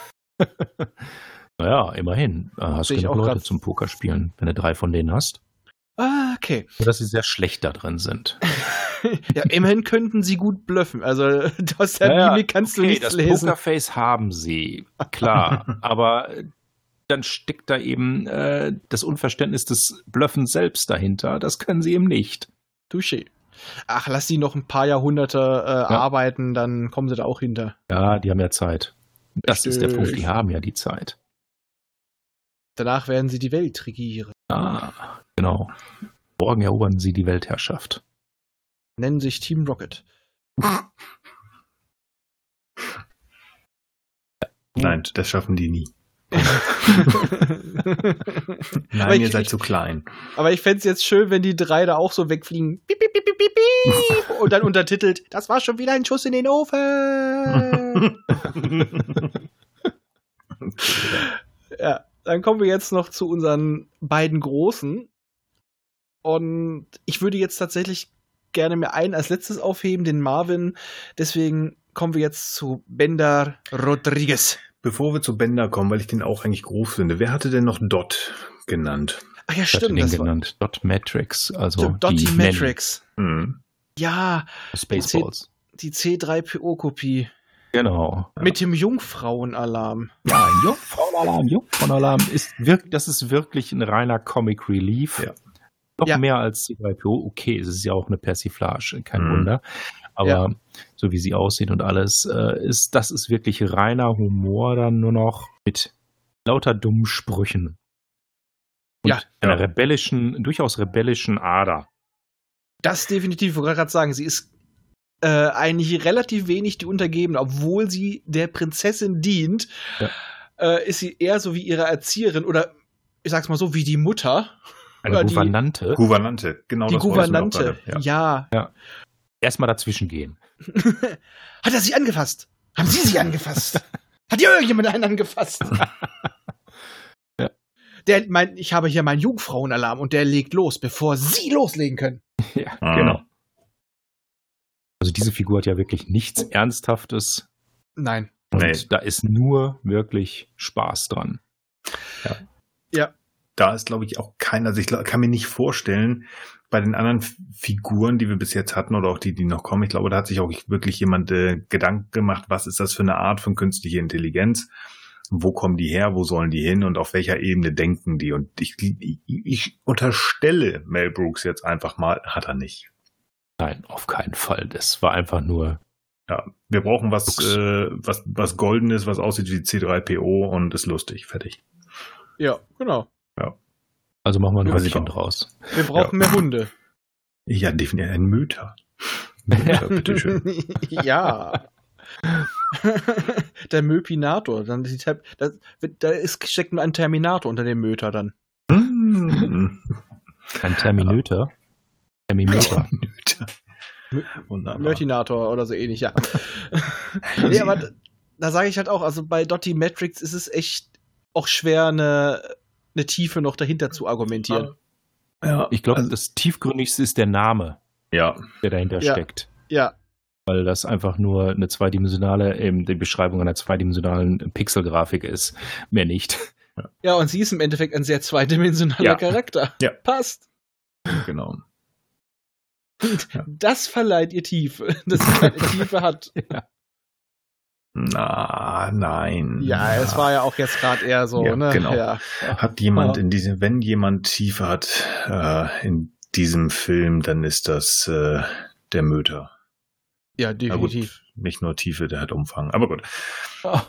Speaker 6: Naja, immerhin. Hast du genug Leute zum Pokerspielen, wenn du 3 von denen hast.
Speaker 5: Ah, okay.
Speaker 6: Nur, dass sie sehr schlecht da drin sind.
Speaker 5: Ja, immerhin könnten sie gut bluffen. Also aus der Mimik kannst du nichts lesen.
Speaker 6: Das Pokerface haben sie, klar. Aber dann steckt da eben das Unverständnis des Bluffens selbst dahinter. Das können sie eben nicht.
Speaker 5: Touché. Ach, lass die noch ein paar Jahrhunderte arbeiten, dann kommen sie da auch hinter.
Speaker 6: Ja, die haben ja Zeit. Das ist der Punkt, die haben ja die Zeit.
Speaker 5: Danach werden sie die Welt regieren.
Speaker 6: Ah, genau. Morgen erobern sie die Weltherrschaft.
Speaker 5: Nennen sich Team Rocket.
Speaker 2: Nein, das schaffen die nie. Nein, ihr seid zu klein.
Speaker 5: Aber ich fände es jetzt schön, wenn die 3 da auch so wegfliegen. Piep, piep, piep, piep, piep, piep. Und dann untertitelt, das war schon wieder ein Schuss in den Ofen. Ja, dann kommen wir jetzt noch zu unseren beiden Großen. Und ich würde jetzt tatsächlich gerne mir einen als letztes aufheben, den Marvin. Deswegen kommen wir jetzt zu Bender Rodriguez.
Speaker 2: Bevor wir zu Bender kommen, weil ich den auch eigentlich groß finde, wer hatte denn noch Dot genannt?
Speaker 5: Ach ja, stimmt.
Speaker 6: Das genannt. Dot Matrix, also
Speaker 5: Dottie
Speaker 6: die
Speaker 5: Matrix.
Speaker 2: Mhm.
Speaker 5: Ja.
Speaker 6: Spaceballs.
Speaker 5: Die C3PO-Kopie.
Speaker 6: Genau.
Speaker 5: Mit dem Jungfrauenalarm.
Speaker 6: Ja, Jungfrauenalarm. Das ist wirklich ein reiner Comic Relief.
Speaker 2: Ja.
Speaker 6: Noch
Speaker 5: Ja.
Speaker 6: mehr als C3PO. Okay, es ist ja auch eine Persiflage, kein
Speaker 2: Mhm.
Speaker 6: Wunder. Aber so wie sie aussieht und alles, das ist wirklich reiner Humor dann nur noch mit lauter dummen Sprüchen. Und
Speaker 5: Ja.
Speaker 6: einer durchaus rebellischen Ader.
Speaker 5: Das definitiv, ich wollte gerade sagen, sie ist eigentlich relativ wenig die Untergebene, obwohl sie der Prinzessin dient, ist sie eher so wie ihre Erzieherin oder ich sag's mal so, wie die Mutter.
Speaker 6: Eine
Speaker 5: Oder die-
Speaker 6: Gouvernante.
Speaker 2: Gouvernante, genau.
Speaker 5: Die
Speaker 2: das wolltest du doch
Speaker 5: Gouvernante,
Speaker 2: gerade,
Speaker 5: ja.
Speaker 6: Erstmal dazwischen gehen.
Speaker 5: Hat er sie angefasst? Haben Sie sie angefasst? Hat hier irgendjemand einen angefasst?
Speaker 6: Ja.
Speaker 5: Ich habe hier meinen Jungfrauenalarm und der legt los, bevor Sie loslegen können.
Speaker 6: Ja,
Speaker 2: Ah.
Speaker 6: genau. Also diese Figur hat ja wirklich nichts Ernsthaftes.
Speaker 5: Nein.
Speaker 6: Und
Speaker 2: Nee.
Speaker 6: da ist nur wirklich Spaß dran.
Speaker 5: Ja.
Speaker 2: Da ist, glaube ich, auch keiner, also ich kann mir nicht vorstellen, bei den anderen Figuren, die wir bis jetzt hatten oder auch die noch kommen, ich glaube, da hat sich auch wirklich jemand Gedanken gemacht, was ist das für eine Art von künstlicher Intelligenz? Wo kommen die her? Wo sollen die hin? Und auf welcher Ebene denken die? Und ich unterstelle Mel Brooks jetzt einfach mal, hat er nicht.
Speaker 6: Nein, auf keinen Fall. Das war einfach nur.
Speaker 2: Ja, wir brauchen was Goldenes, was aussieht wie C3PO und ist lustig. Fertig.
Speaker 5: Ja, genau.
Speaker 6: Also machen wir ein
Speaker 2: Weiß ich
Speaker 6: Hündchen
Speaker 2: auch.
Speaker 6: draus.
Speaker 5: Wir brauchen mehr Hunde.
Speaker 2: Ja, definitiv ein Mütter. Mütter, bitteschön.
Speaker 5: Ja. Der Möpinator. Dann steckt nur ein Terminator unter dem Möter dann.
Speaker 2: Mm.
Speaker 6: Ein Terminöter. Terminöter.
Speaker 2: Mütter. Wunderbar.
Speaker 5: Mötinator oder so ähnlich, ja. Nee, aber da sage ich halt auch, also bei Dottie Matrix ist es echt auch schwer, eine Tiefe noch dahinter zu argumentieren.
Speaker 2: Ja,
Speaker 6: Ich glaube,
Speaker 2: also,
Speaker 6: das tiefgründigste ist der Name,
Speaker 2: ja.
Speaker 6: der dahinter
Speaker 5: Ja.
Speaker 6: steckt.
Speaker 5: Ja,
Speaker 6: Weil das einfach nur eine die Beschreibung einer zweidimensionalen Pixelgrafik ist. Mehr nicht.
Speaker 5: ja, und sie ist im Endeffekt ein sehr zweidimensionaler
Speaker 2: Ja.
Speaker 5: Charakter.
Speaker 2: Ja.
Speaker 5: Passt.
Speaker 2: Genau.
Speaker 5: Das verleiht ihr Tiefe, dass sie keine Tiefe hat.
Speaker 2: Nein.
Speaker 5: Ja, es war ja auch jetzt gerade eher so,
Speaker 2: Ja,
Speaker 5: ne?
Speaker 2: genau.
Speaker 5: Ja.
Speaker 2: Hat jemand wenn jemand Tiefe hat in diesem Film, dann ist das der Möter.
Speaker 5: Ja,
Speaker 2: Na gut,
Speaker 5: definitiv.
Speaker 2: nicht nur Tiefe, der hat Umfang. Aber gut.
Speaker 6: Oh,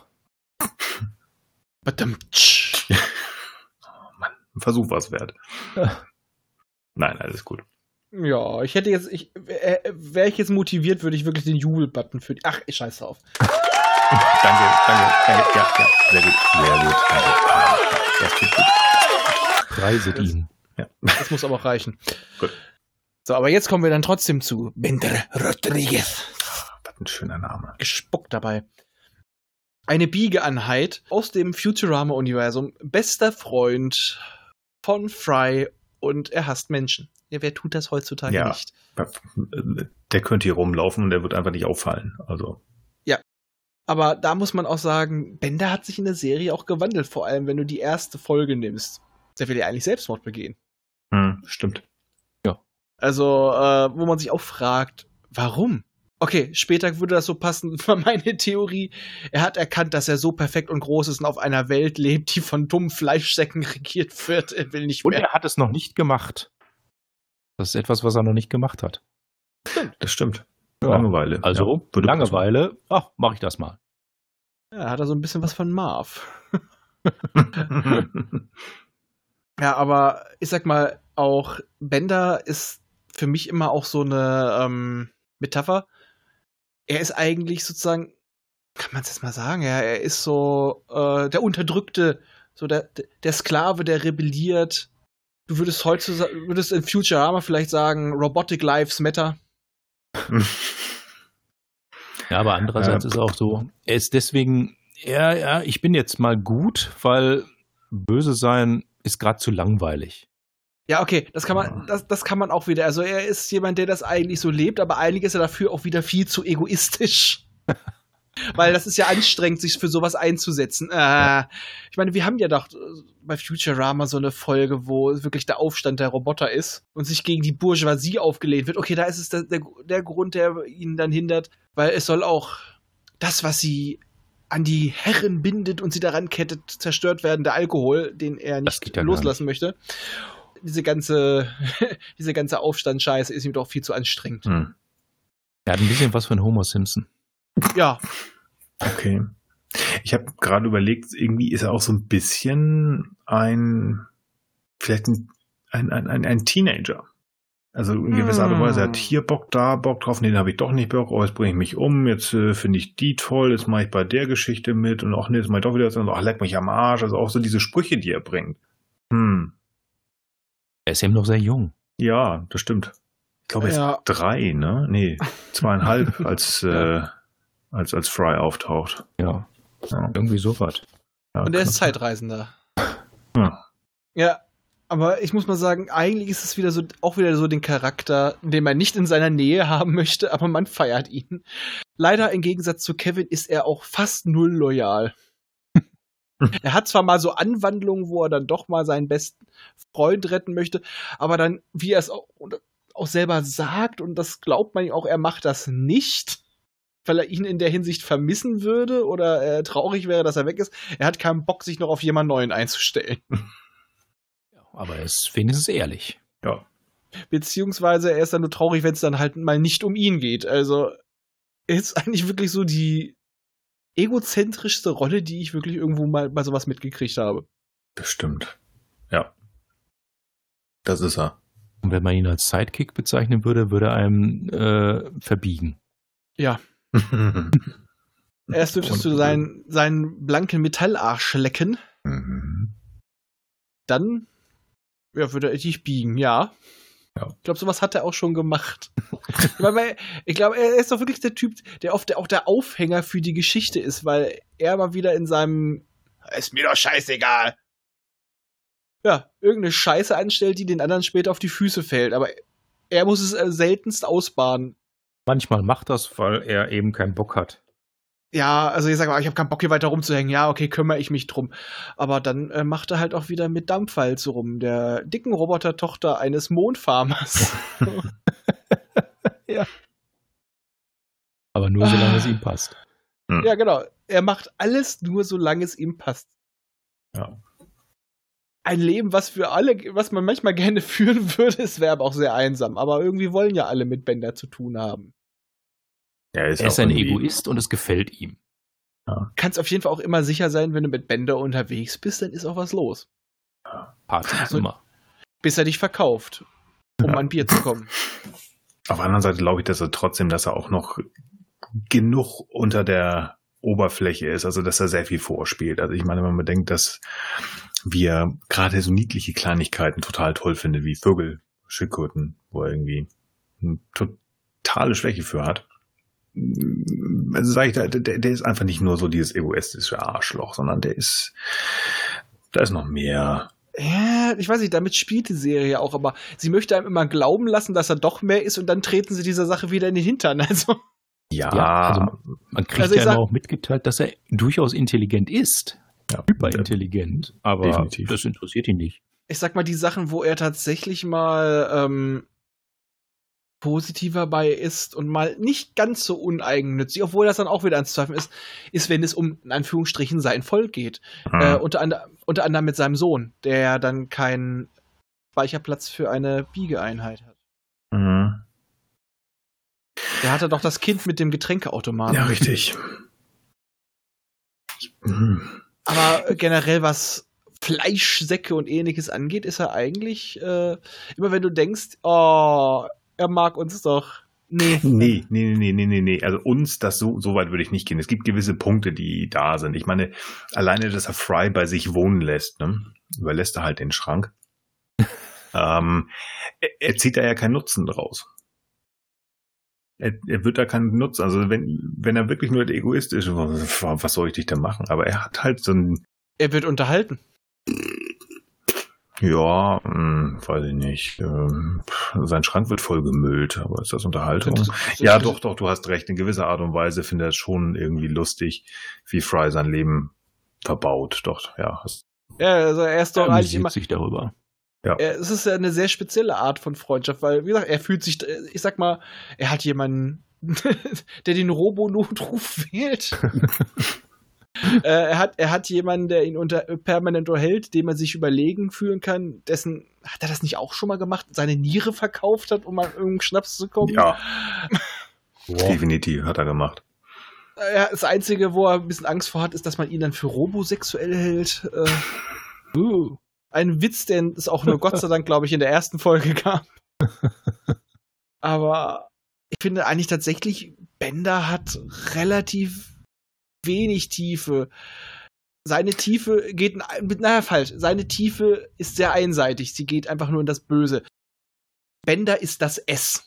Speaker 5: Badumtsch.
Speaker 2: Mann, ein Versuch war es wert. Nein, alles gut.
Speaker 5: Ja, ich hätte jetzt, wäre ich jetzt motiviert, würde ich wirklich den Jubel-Button für die. Ach, ich scheiß drauf.
Speaker 2: Danke. Ja, sehr gut. Danke. Das tut gut.
Speaker 6: preiset ihn.
Speaker 5: Das muss aber auch reichen.
Speaker 2: Gut.
Speaker 5: So, aber jetzt kommen wir dann trotzdem zu Bender Rodriguez.
Speaker 2: Was ein schöner Name.
Speaker 5: Gespuckt dabei. Eine Biegeeinheit aus dem Futurama-Universum. Bester Freund von Fry und er hasst Menschen. Ja, wer tut das heutzutage
Speaker 2: Ja.
Speaker 5: nicht?
Speaker 2: Der könnte hier rumlaufen und der wird einfach nicht auffallen. Also.
Speaker 5: Aber da muss man auch sagen, Bender hat sich in der Serie auch gewandelt, vor allem wenn du die erste Folge nimmst. Der will ja eigentlich Selbstmord begehen.
Speaker 2: Stimmt.
Speaker 5: Also, wo man sich auch fragt, warum? Okay, später würde das so passen, war meine Theorie. Er hat erkannt, dass er so perfekt und groß ist und auf einer Welt lebt, die von dummen Fleischsäcken regiert wird. Er will nicht
Speaker 6: Und
Speaker 5: mehr.
Speaker 6: er hat es noch nicht gemacht. Das ist etwas, was er noch nicht gemacht hat.
Speaker 2: Das stimmt.
Speaker 6: Ja.
Speaker 2: Langeweile.
Speaker 6: Also,
Speaker 2: würde
Speaker 6: Langeweile, mach ich das mal.
Speaker 5: Ja, hat er so ein bisschen was von Marv.
Speaker 2: passen.
Speaker 5: Ja, aber ich sag mal, auch Bender ist für mich immer auch so eine Metapher. Er ist eigentlich sozusagen, kann man es jetzt mal sagen, ja, er ist so der Unterdrückte, so der Sklave, der rebelliert. Du würdest in Futurama vielleicht sagen, Robotic Lives Matter.
Speaker 6: Ja, aber andererseits ist auch so, er ist deswegen, ich bin jetzt mal gut, weil böse sein ist gerade zu langweilig.
Speaker 5: Ja, okay, das kann man auch wieder. Also er ist jemand, der das eigentlich so lebt, aber eigentlich ist er dafür auch wieder viel zu egoistisch. Weil das ist ja anstrengend, sich für sowas einzusetzen. Ich meine, wir haben ja doch bei Futurama so eine Folge, wo wirklich der Aufstand der Roboter ist und sich gegen die Bourgeoisie aufgelehnt wird. Okay, da ist es der Grund, der ihn dann hindert, weil es soll auch das, was sie an die Herren bindet und sie daran kettet, zerstört werden, der Alkohol, den er nicht
Speaker 6: geht ja
Speaker 5: loslassen möchte. diese ganze Aufstandsscheiße ist ihm doch viel zu anstrengend.
Speaker 6: Er hat ein bisschen was von Homer Simpson.
Speaker 5: Ja.
Speaker 2: Okay. Ich habe gerade überlegt, irgendwie ist er auch so ein bisschen vielleicht ein Teenager. Also in gewisser Art und Weise, er hat hier Bock drauf, nee, den habe ich doch nicht Bock, jetzt bringe ich mich um, jetzt finde ich die toll, jetzt mache ich bei der Geschichte mit und nee, jetzt mache ich doch wieder was, und leck mich am Arsch, also auch so diese Sprüche, die er bringt.
Speaker 6: Er ist eben noch sehr jung.
Speaker 2: Ja, das stimmt. Ich glaube, er ist 3, ne? Nee, 2,5, als Fry auftaucht.
Speaker 6: Ja. Irgendwie sowas.
Speaker 2: Ja,
Speaker 5: und er ist Zeitreisender.
Speaker 2: Ja.
Speaker 5: Ja, aber ich muss mal sagen, eigentlich ist es wieder so den Charakter, den man nicht in seiner Nähe haben möchte, aber man feiert ihn. Leider im Gegensatz zu Kevin ist er auch fast null loyal. Er hat zwar mal so Anwandlungen, wo er dann doch mal seinen besten Freund retten möchte, aber dann, wie er es auch selber sagt, und das glaubt man ihm auch, er macht das nicht, weil er ihn in der Hinsicht vermissen würde oder traurig wäre, dass er weg ist. Er hat keinen Bock, sich noch auf jemand Neuen einzustellen.
Speaker 6: Aber er ist wenigstens ehrlich.
Speaker 2: Ja.
Speaker 5: Beziehungsweise er ist dann nur traurig, wenn es dann halt mal nicht um ihn geht. Also er ist eigentlich wirklich so die egozentrischste Rolle, die ich wirklich irgendwo mal bei sowas mitgekriegt habe.
Speaker 2: Das stimmt. Ja. Das ist er.
Speaker 6: Und wenn man ihn als Sidekick bezeichnen würde, würde er einem verbiegen.
Speaker 5: Ja. Erst dürftest du seinen blanken Metallarsch lecken. Dann würde er dich biegen, ja. Ich glaube, sowas hat er auch schon gemacht. Ich glaube, er ist doch wirklich der Typ, der oft auch der Aufhänger für die Geschichte ist, weil er mal wieder in seinem ist mir doch scheißegal. Ja, irgendeine Scheiße anstellt, die den anderen später auf die Füße fällt. Aber er muss es seltenst ausbaden.
Speaker 6: Manchmal macht das, weil er eben keinen Bock hat.
Speaker 5: Ja, also ich sage mal, ich habe keinen Bock, hier weiter rumzuhängen. Ja, okay, kümmere ich mich drum. Aber dann macht er halt auch wieder mit Dampfwalz rum, der dicken Robotertochter eines Mondfarmers.
Speaker 6: Ja. Aber nur, solange es ihm passt.
Speaker 5: Ja, genau. Er macht alles nur, solange es ihm passt.
Speaker 2: Ja.
Speaker 5: Ein Leben, was für alle, was man manchmal gerne führen würde, es wäre aber auch sehr einsam. Aber irgendwie wollen ja alle mit Bender zu tun haben.
Speaker 2: Er ist
Speaker 6: ein Egoist und es gefällt ihm.
Speaker 2: Ja.
Speaker 5: Kannst auf jeden Fall auch immer sicher sein, wenn du mit Bender unterwegs bist, dann ist auch was los.
Speaker 6: Party ist immer.
Speaker 5: Bis er dich verkauft, um an Bier zu kommen.
Speaker 2: Auf der anderen Seite glaube ich, dass er auch noch genug unter der Oberfläche ist, also dass er sehr viel vorspielt. Also ich meine, wenn man bedenkt, dass wir gerade so niedliche Kleinigkeiten total toll finden, wie Vögel, Schildkröten, wo er irgendwie eine totale Schwäche für hat. Also sage ich, der ist einfach nicht nur so dieses egoistische Arschloch, sondern da ist noch mehr.
Speaker 5: Ja, ich weiß nicht, damit spielt die Serie auch, aber sie möchte einem immer glauben lassen, dass er doch mehr ist und dann treten sie dieser Sache wieder in den Hintern. Also
Speaker 2: Ja,
Speaker 6: also man kriegt ja immer auch mitgeteilt, dass er durchaus intelligent ist.
Speaker 2: Ja,
Speaker 6: hyperintelligent, aber
Speaker 2: definitiv.
Speaker 6: Das interessiert ihn nicht.
Speaker 5: Ich sag mal, die Sachen, wo er tatsächlich mal positiver bei ist und mal nicht ganz so uneigennützig, obwohl das dann auch wieder ans Zweifeln ist, wenn es um, in Anführungsstrichen, sein Volk geht. Unter anderem mit seinem Sohn, der dann keinen Speicherplatz für eine Biegeeinheit hat.
Speaker 2: Mhm.
Speaker 5: Der hatte doch das Kind mit dem Getränkeautomaten.
Speaker 2: Ja, richtig.
Speaker 5: Aber generell, was Fleischsäcke und ähnliches angeht, ist er eigentlich immer, wenn du denkst, oh, er mag uns doch. Nee.
Speaker 2: Also uns, so weit würde ich nicht gehen. Es gibt gewisse Punkte, die da sind. Ich meine, alleine, dass er Fry bei sich wohnen lässt, ne? Überlässt er halt den Schrank. Er zieht da ja keinen Nutzen draus. Er wird da keinen Nutzen. Also wenn er wirklich nur der Egoist ist, was soll ich dich da machen? Aber er hat halt so ein...
Speaker 5: Er wird unterhalten.
Speaker 2: Ja, weiß ich nicht. Sein Schrank wird voll gemüllt, aber ist das Unterhaltung? Ja, doch, du hast recht. In gewisser Art und Weise finde ich es schon irgendwie lustig, wie Fry sein Leben verbaut. Doch, ja.
Speaker 5: Ja, also er ist doch eigentlich immer...
Speaker 6: sich darüber.
Speaker 2: Ja.
Speaker 5: Es ist ja eine sehr spezielle Art von Freundschaft, weil, wie gesagt, er fühlt sich, ich sag mal, er hat jemanden, der den Robo-Notruf wählt. Er hat jemanden, der ihn permanent unterhält, dem er sich überlegen fühlen kann. Hat er das nicht auch schon mal gemacht? Seine Niere verkauft hat, um an irgendeinen Schnaps zu kommen?
Speaker 2: Ja. Definitiv hat er gemacht.
Speaker 5: Ja, das Einzige, wo er ein bisschen Angst vor hat, ist, dass man ihn dann für robosexuell hält. Ein Witz, den es auch nur Gott sei Dank, glaube ich, in der ersten Folge gab. Aber ich finde eigentlich tatsächlich, Bender hat relativ wenig Tiefe. Seine Tiefe Seine Tiefe ist sehr einseitig. Sie geht einfach nur in das Böse. Bender ist das S.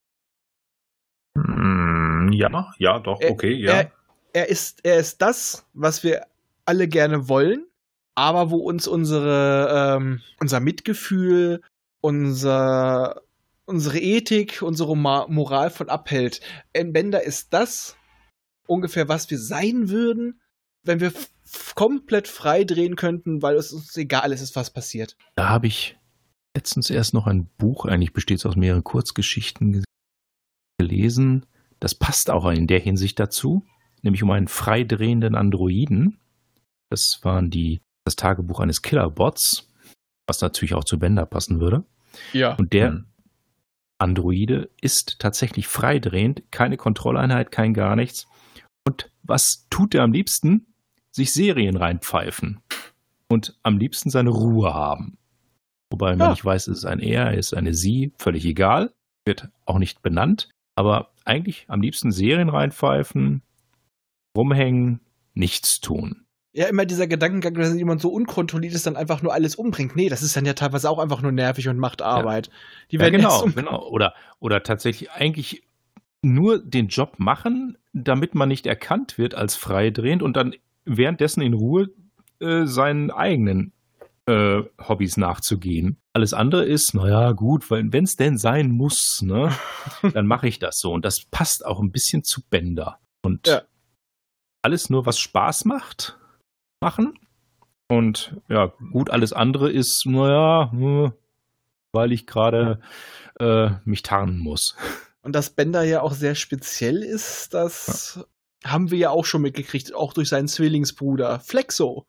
Speaker 2: Ja, doch, okay, ja.
Speaker 5: Er ist das, was wir alle gerne wollen, aber wo uns unser Mitgefühl, unsere Ethik, unsere Moral von abhält. Bender ist das ungefähr, was wir sein würden, wenn wir komplett frei drehen könnten, weil es uns egal ist, was passiert.
Speaker 6: Da habe ich letztens erst noch ein Buch, eigentlich besteht es aus mehreren Kurzgeschichten, gelesen. Das passt auch in der Hinsicht dazu, nämlich um einen freidrehenden Androiden. Das waren das Tagebuch eines Killerbots, was natürlich auch zu Bender passen würde.
Speaker 5: Ja.
Speaker 6: Und der Androide ist tatsächlich freidrehend, keine Kontrolleinheit, kein gar nichts. Und was tut er am liebsten? Sich Serien reinpfeifen und am liebsten seine Ruhe haben. Wobei man nicht weiß, ist es ein Er, ist eine Sie, völlig egal, wird auch nicht benannt. Aber eigentlich am liebsten Serien reinpfeifen, rumhängen, nichts tun.
Speaker 5: Ja, immer dieser Gedankengang, dass jemand so unkontrolliert ist, dann einfach nur alles umbringt. Nee, das ist dann ja teilweise auch einfach nur nervig und macht Arbeit.
Speaker 6: Ja.
Speaker 5: Die werden
Speaker 6: genau. Oder tatsächlich eigentlich nur den Job machen, damit man nicht erkannt wird als freidrehend und dann währenddessen in Ruhe seinen eigenen Hobbys nachzugehen. Alles andere ist, naja, gut, weil wenn es denn sein muss, ne, dann mache ich das so. Und das passt auch ein bisschen zu Bender. Und alles nur, was Spaß macht, machen. Und ja, gut, alles andere ist, naja, weil ich gerade mich tarnen muss.
Speaker 5: Und dass Bender ja auch sehr speziell ist, das haben wir ja auch schon mitgekriegt, auch durch seinen Zwillingsbruder Flexo.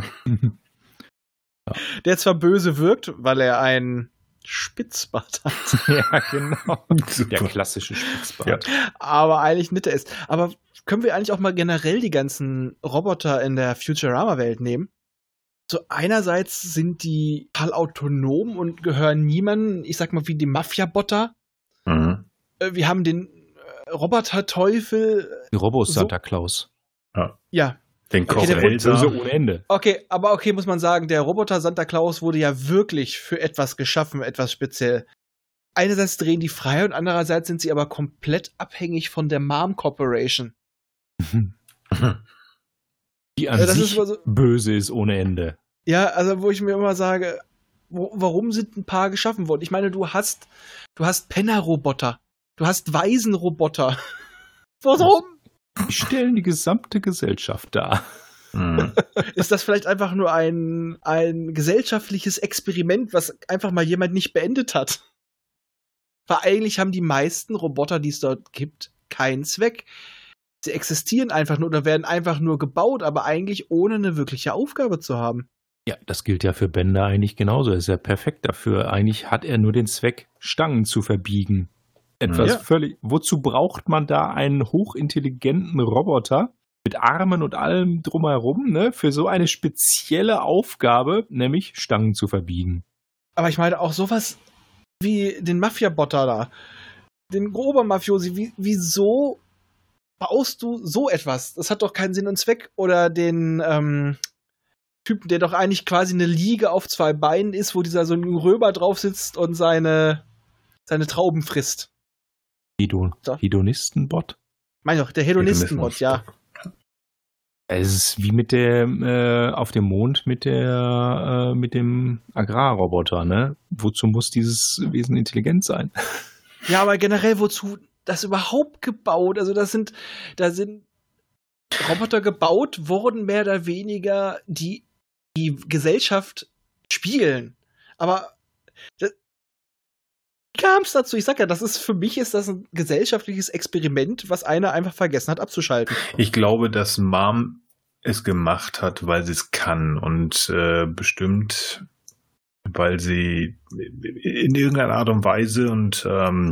Speaker 5: Der zwar böse wirkt, weil er einen Spitzbart hat.
Speaker 6: Ja, genau. Der klassische Spitzbart.
Speaker 5: Ja. Aber eigentlich netter ist. Aber können wir eigentlich auch mal generell die ganzen Roboter in der Futurama-Welt nehmen? So einerseits sind die total autonom und gehören niemandem, ich sag mal wie die Mafia-Botter.
Speaker 2: Mhm.
Speaker 5: Wir haben den Roboter-Teufel.
Speaker 6: Die Robo-Santa Claus.
Speaker 5: Ja.
Speaker 2: Den
Speaker 6: Böse ohne Ende.
Speaker 5: Okay, aber muss man sagen, der Roboter Santa Claus wurde ja wirklich für etwas geschaffen, etwas speziell. Einerseits drehen die frei und andererseits sind sie aber komplett abhängig von der Mom Corporation.
Speaker 6: Die an sich ist böse ist ohne Ende.
Speaker 5: Ja, also wo ich mir immer sage, warum sind ein paar geschaffen worden? Ich meine, du hast Penner-Roboter, du hast Waisenroboter. Warum?
Speaker 6: Die stellen die gesamte Gesellschaft dar.
Speaker 5: Ist das vielleicht einfach nur ein gesellschaftliches Experiment, was einfach mal jemand nicht beendet hat? Weil eigentlich haben die meisten Roboter, die es dort gibt, keinen Zweck. Sie existieren einfach nur oder werden einfach nur gebaut, aber eigentlich ohne eine wirkliche Aufgabe zu haben.
Speaker 6: Ja, das gilt ja für Bender eigentlich genauso. Er ist ja perfekt dafür. Eigentlich hat er nur den Zweck, Stangen zu verbiegen. Wozu braucht man da einen hochintelligenten Roboter mit Armen und allem drumherum, ne, für so eine spezielle Aufgabe, nämlich Stangen zu verbiegen?
Speaker 5: Aber ich meine auch sowas wie den Mafia-Botter da, den Obermafiosi, wieso baust du so etwas? Das hat doch keinen Sinn und Zweck. Oder den Typen, der doch eigentlich quasi eine Liege auf zwei Beinen ist, wo dieser so ein Römer drauf sitzt und seine Trauben frisst.
Speaker 6: Hedonistenbot?
Speaker 5: Mein doch, der Hedonistenbot, ja.
Speaker 6: Es ist wie mit der auf dem Mond mit dem Agrarroboter, ne? Wozu muss dieses Wesen intelligent sein?
Speaker 5: Ja, aber generell, wozu das überhaupt gebaut? Also da sind Roboter gebaut worden, mehr oder weniger, die Gesellschaft spiegeln. Aber wie kam es dazu? Ich sag ja, für mich ist das ein gesellschaftliches Experiment, was einer einfach vergessen hat abzuschalten.
Speaker 2: Ich glaube, dass Mom es gemacht hat, weil sie es kann und bestimmt, weil sie in irgendeiner Art und Weise und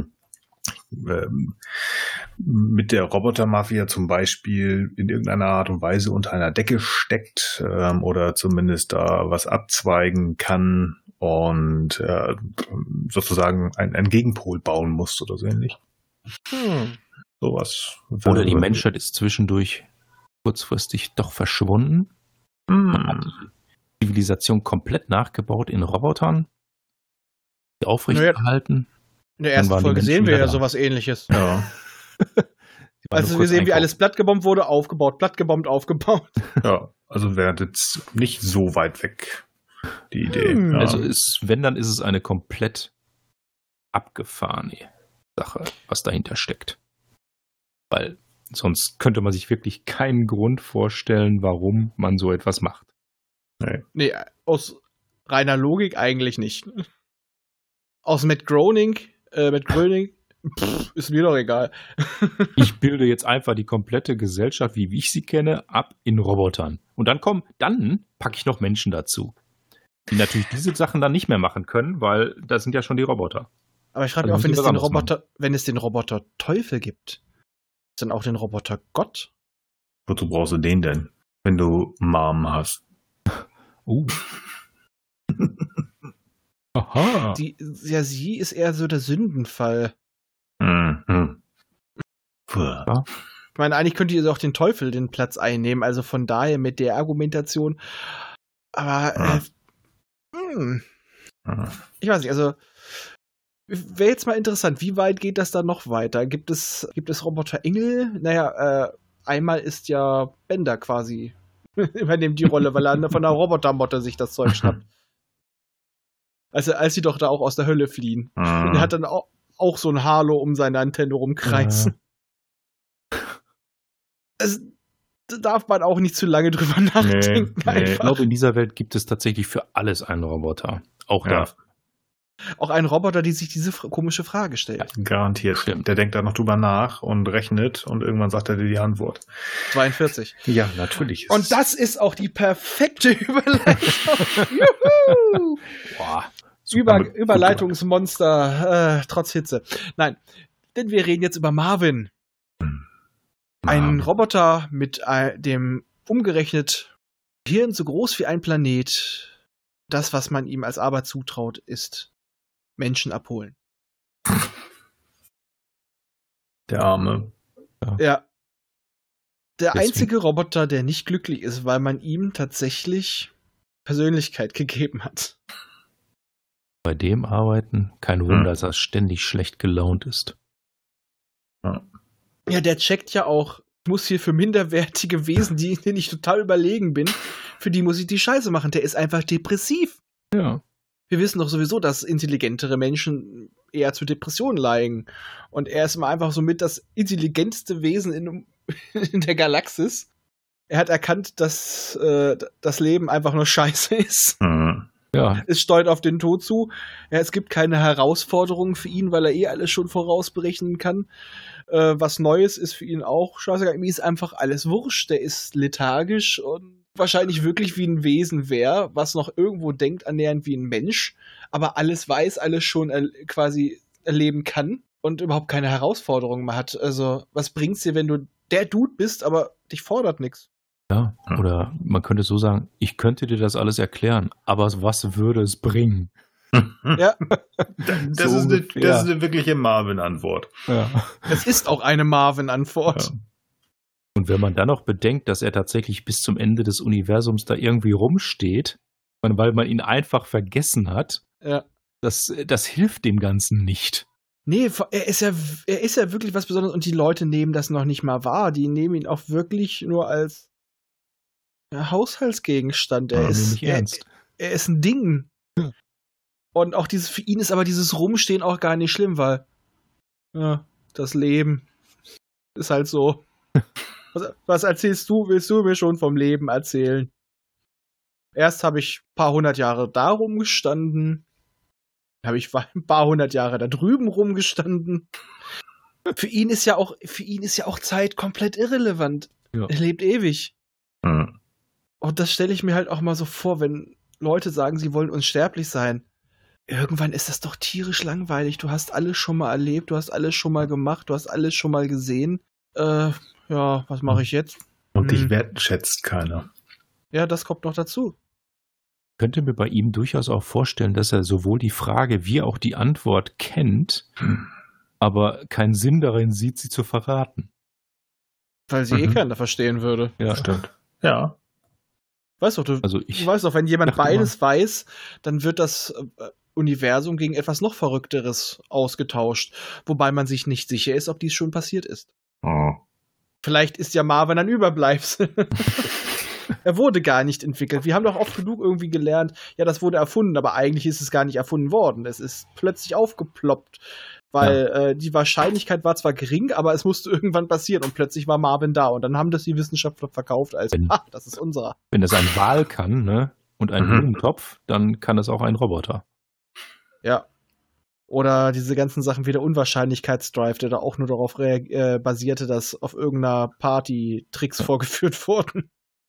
Speaker 2: mit der Robotermafia zum Beispiel in irgendeiner Art und Weise unter einer Decke steckt oder zumindest da was abzweigen kann und sozusagen einen Gegenpol bauen muss oder so ähnlich. Sowas.
Speaker 6: Oder die Menschheit ist zwischendurch kurzfristig doch verschwunden. Hat die Zivilisation komplett nachgebaut in Robotern, die aufrechterhalten.
Speaker 5: In der ersten Folge sehen wir ja sowas Ähnliches.
Speaker 2: Ja.
Speaker 5: Also wir sehen, wie alles plattgebombt wurde, aufgebaut, plattgebombt, aufgebaut.
Speaker 2: Ja, also wäre jetzt nicht so weit weg, die Idee. Ja.
Speaker 6: Also wenn, dann ist es eine komplett abgefahrene Sache, was dahinter steckt. Weil sonst könnte man sich wirklich keinen Grund vorstellen, warum man so etwas macht.
Speaker 5: Nee, aus reiner Logik eigentlich nicht. Aus Matt Groening, ist mir doch egal.
Speaker 6: Ich bilde jetzt einfach die komplette Gesellschaft, wie ich sie kenne, ab in Robotern. Und dann packe ich noch Menschen dazu, die natürlich diese Sachen dann nicht mehr machen können, weil das sind ja schon die Roboter.
Speaker 5: Aber ich frage mich auch, wenn es den Roboter Teufel gibt, ist dann auch den Roboter Gott?
Speaker 2: Wozu brauchst du den denn, wenn du Mom hast?
Speaker 6: Aha.
Speaker 5: Sie ist eher so der Sündenfall.
Speaker 2: Mhm.
Speaker 5: Ja. Ich meine, eigentlich könnte ihr auch den Teufel den Platz einnehmen, also von daher mit der Argumentation. Aber ich weiß nicht, also wäre jetzt mal interessant, wie weit geht das dann noch weiter? Gibt es Roboter-Engel? Naja, einmal ist ja Bender quasi übernimmt die Rolle, weil er von der Robotermotte sich das Zeug schnappt. Also als sie doch da auch aus der Hölle fliehen. Und er hat dann auch so ein Halo um seine Antenne rumkreisen. Da darf man auch nicht zu lange drüber nachdenken.
Speaker 6: Nee. Ich glaube, in dieser Welt gibt es tatsächlich für alles einen Roboter. Auch da.
Speaker 5: Auch einen Roboter, die sich diese komische Frage stellt.
Speaker 2: Ja, garantiert. Stimmt. Der denkt da noch drüber nach und rechnet und irgendwann sagt er dir die Antwort.
Speaker 5: 42.
Speaker 2: Ja, natürlich.
Speaker 5: Und das ist auch die perfekte Überleitung. Juhu!
Speaker 6: Boah.
Speaker 5: Überleitungsmonster, trotz Hitze. Nein, denn wir reden jetzt über Marvin. Ein Roboter mit dem umgerechnet Hirn so groß wie ein Planet. Das, was man ihm als Arbeit zutraut, ist Menschen abholen.
Speaker 2: Der Arme.
Speaker 5: Ja. Der einzige Roboter, der nicht glücklich ist, weil man ihm tatsächlich Persönlichkeit gegeben hat.
Speaker 6: Bei dem arbeiten, kein Wunder, dass er ständig schlecht gelaunt ist.
Speaker 5: Ja, der checkt ja auch, ich muss hier für minderwertige Wesen, denen ich total überlegen bin, für die muss ich die Scheiße machen. Der ist einfach depressiv.
Speaker 6: Ja.
Speaker 5: Wir wissen doch sowieso, dass intelligentere Menschen eher zu Depressionen neigen. Und er ist immer einfach so mit das intelligenteste Wesen in der Galaxis. Er hat erkannt, dass das Leben einfach nur Scheiße ist.
Speaker 6: Ja.
Speaker 5: Es steuert auf den Tod zu. Ja, es gibt keine Herausforderungen für ihn, weil er alles schon vorausberechnen kann. Was Neues ist für ihn auch scheißegal. Ihm ist einfach alles wurscht. Der ist lethargisch und wahrscheinlich wirklich wie ein Wesen wäre, was noch irgendwo denkt, annähernd wie ein Mensch, aber alles weiß, alles schon quasi erleben kann und überhaupt keine Herausforderungen mehr hat. Also, was bringt's dir, wenn du der Dude bist, aber dich fordert nichts?
Speaker 6: Ja, oder man könnte so sagen, ich könnte dir das alles erklären, aber was würde es bringen?
Speaker 5: Ja.
Speaker 2: Das ist eine wirkliche Marvin-Antwort.
Speaker 6: Ja.
Speaker 5: Das ist auch eine Marvin-Antwort.
Speaker 6: Ja. Und wenn man dann noch bedenkt, dass er tatsächlich bis zum Ende des Universums da irgendwie rumsteht, weil man ihn einfach vergessen hat, das hilft dem Ganzen nicht.
Speaker 5: Nee, er ist ja wirklich was Besonderes und die Leute nehmen das noch nicht mal wahr. Die nehmen ihn auch wirklich nur als Haushaltsgegenstand. Er ist ein Ding. Und auch für ihn ist aber dieses Rumstehen auch gar nicht schlimm, weil das Leben ist halt so. Was erzählst du? Willst du mir schon vom Leben erzählen? Erst habe ich ein paar hundert Jahre da rumgestanden. Habe ich ein paar hundert Jahre da drüben rumgestanden. Für ihn ist ja auch Zeit komplett irrelevant. Ja. Er lebt ewig. Und das stelle ich mir halt auch mal so vor, wenn Leute sagen, sie wollen unsterblich sein. Irgendwann ist das doch tierisch langweilig. Du hast alles schon mal erlebt, du hast alles schon mal gemacht, du hast alles schon mal gesehen. Ja, was mache ich jetzt?
Speaker 2: Und dich wertschätzt keiner.
Speaker 5: Ja, das kommt noch dazu.
Speaker 6: Ich könnte mir bei ihm durchaus auch vorstellen, dass er sowohl die Frage wie auch die Antwort kennt, aber keinen Sinn darin sieht, sie zu verraten.
Speaker 5: Weil sie keiner verstehen würde.
Speaker 6: Ja,
Speaker 2: Stimmt. Ja.
Speaker 5: Weißt du,
Speaker 6: Also
Speaker 5: du weißt doch, wenn jemand
Speaker 6: dachte
Speaker 5: beides weiß, dann wird das Universum gegen etwas noch Verrückteres ausgetauscht. Wobei man sich nicht sicher ist, ob dies schon passiert ist.
Speaker 2: Oh.
Speaker 5: Vielleicht ist ja Marvin ein Überbleibsel. Er wurde gar nicht entwickelt. Wir haben doch oft genug irgendwie gelernt, ja, das wurde erfunden, aber eigentlich ist es gar nicht erfunden worden. Es ist plötzlich aufgeploppt, weil die Wahrscheinlichkeit war zwar gering, aber es musste irgendwann passieren und plötzlich war Marvin da und dann haben das die Wissenschaftler verkauft als, das ist unserer.
Speaker 6: Wenn das ein Wal kann, ne, und ein Blumentopf, dann kann es auch ein Roboter.
Speaker 5: Ja. Oder diese ganzen Sachen wie der Unwahrscheinlichkeitsdrive, der da auch nur darauf basierte, dass auf irgendeiner Party Tricks vorgeführt wurden.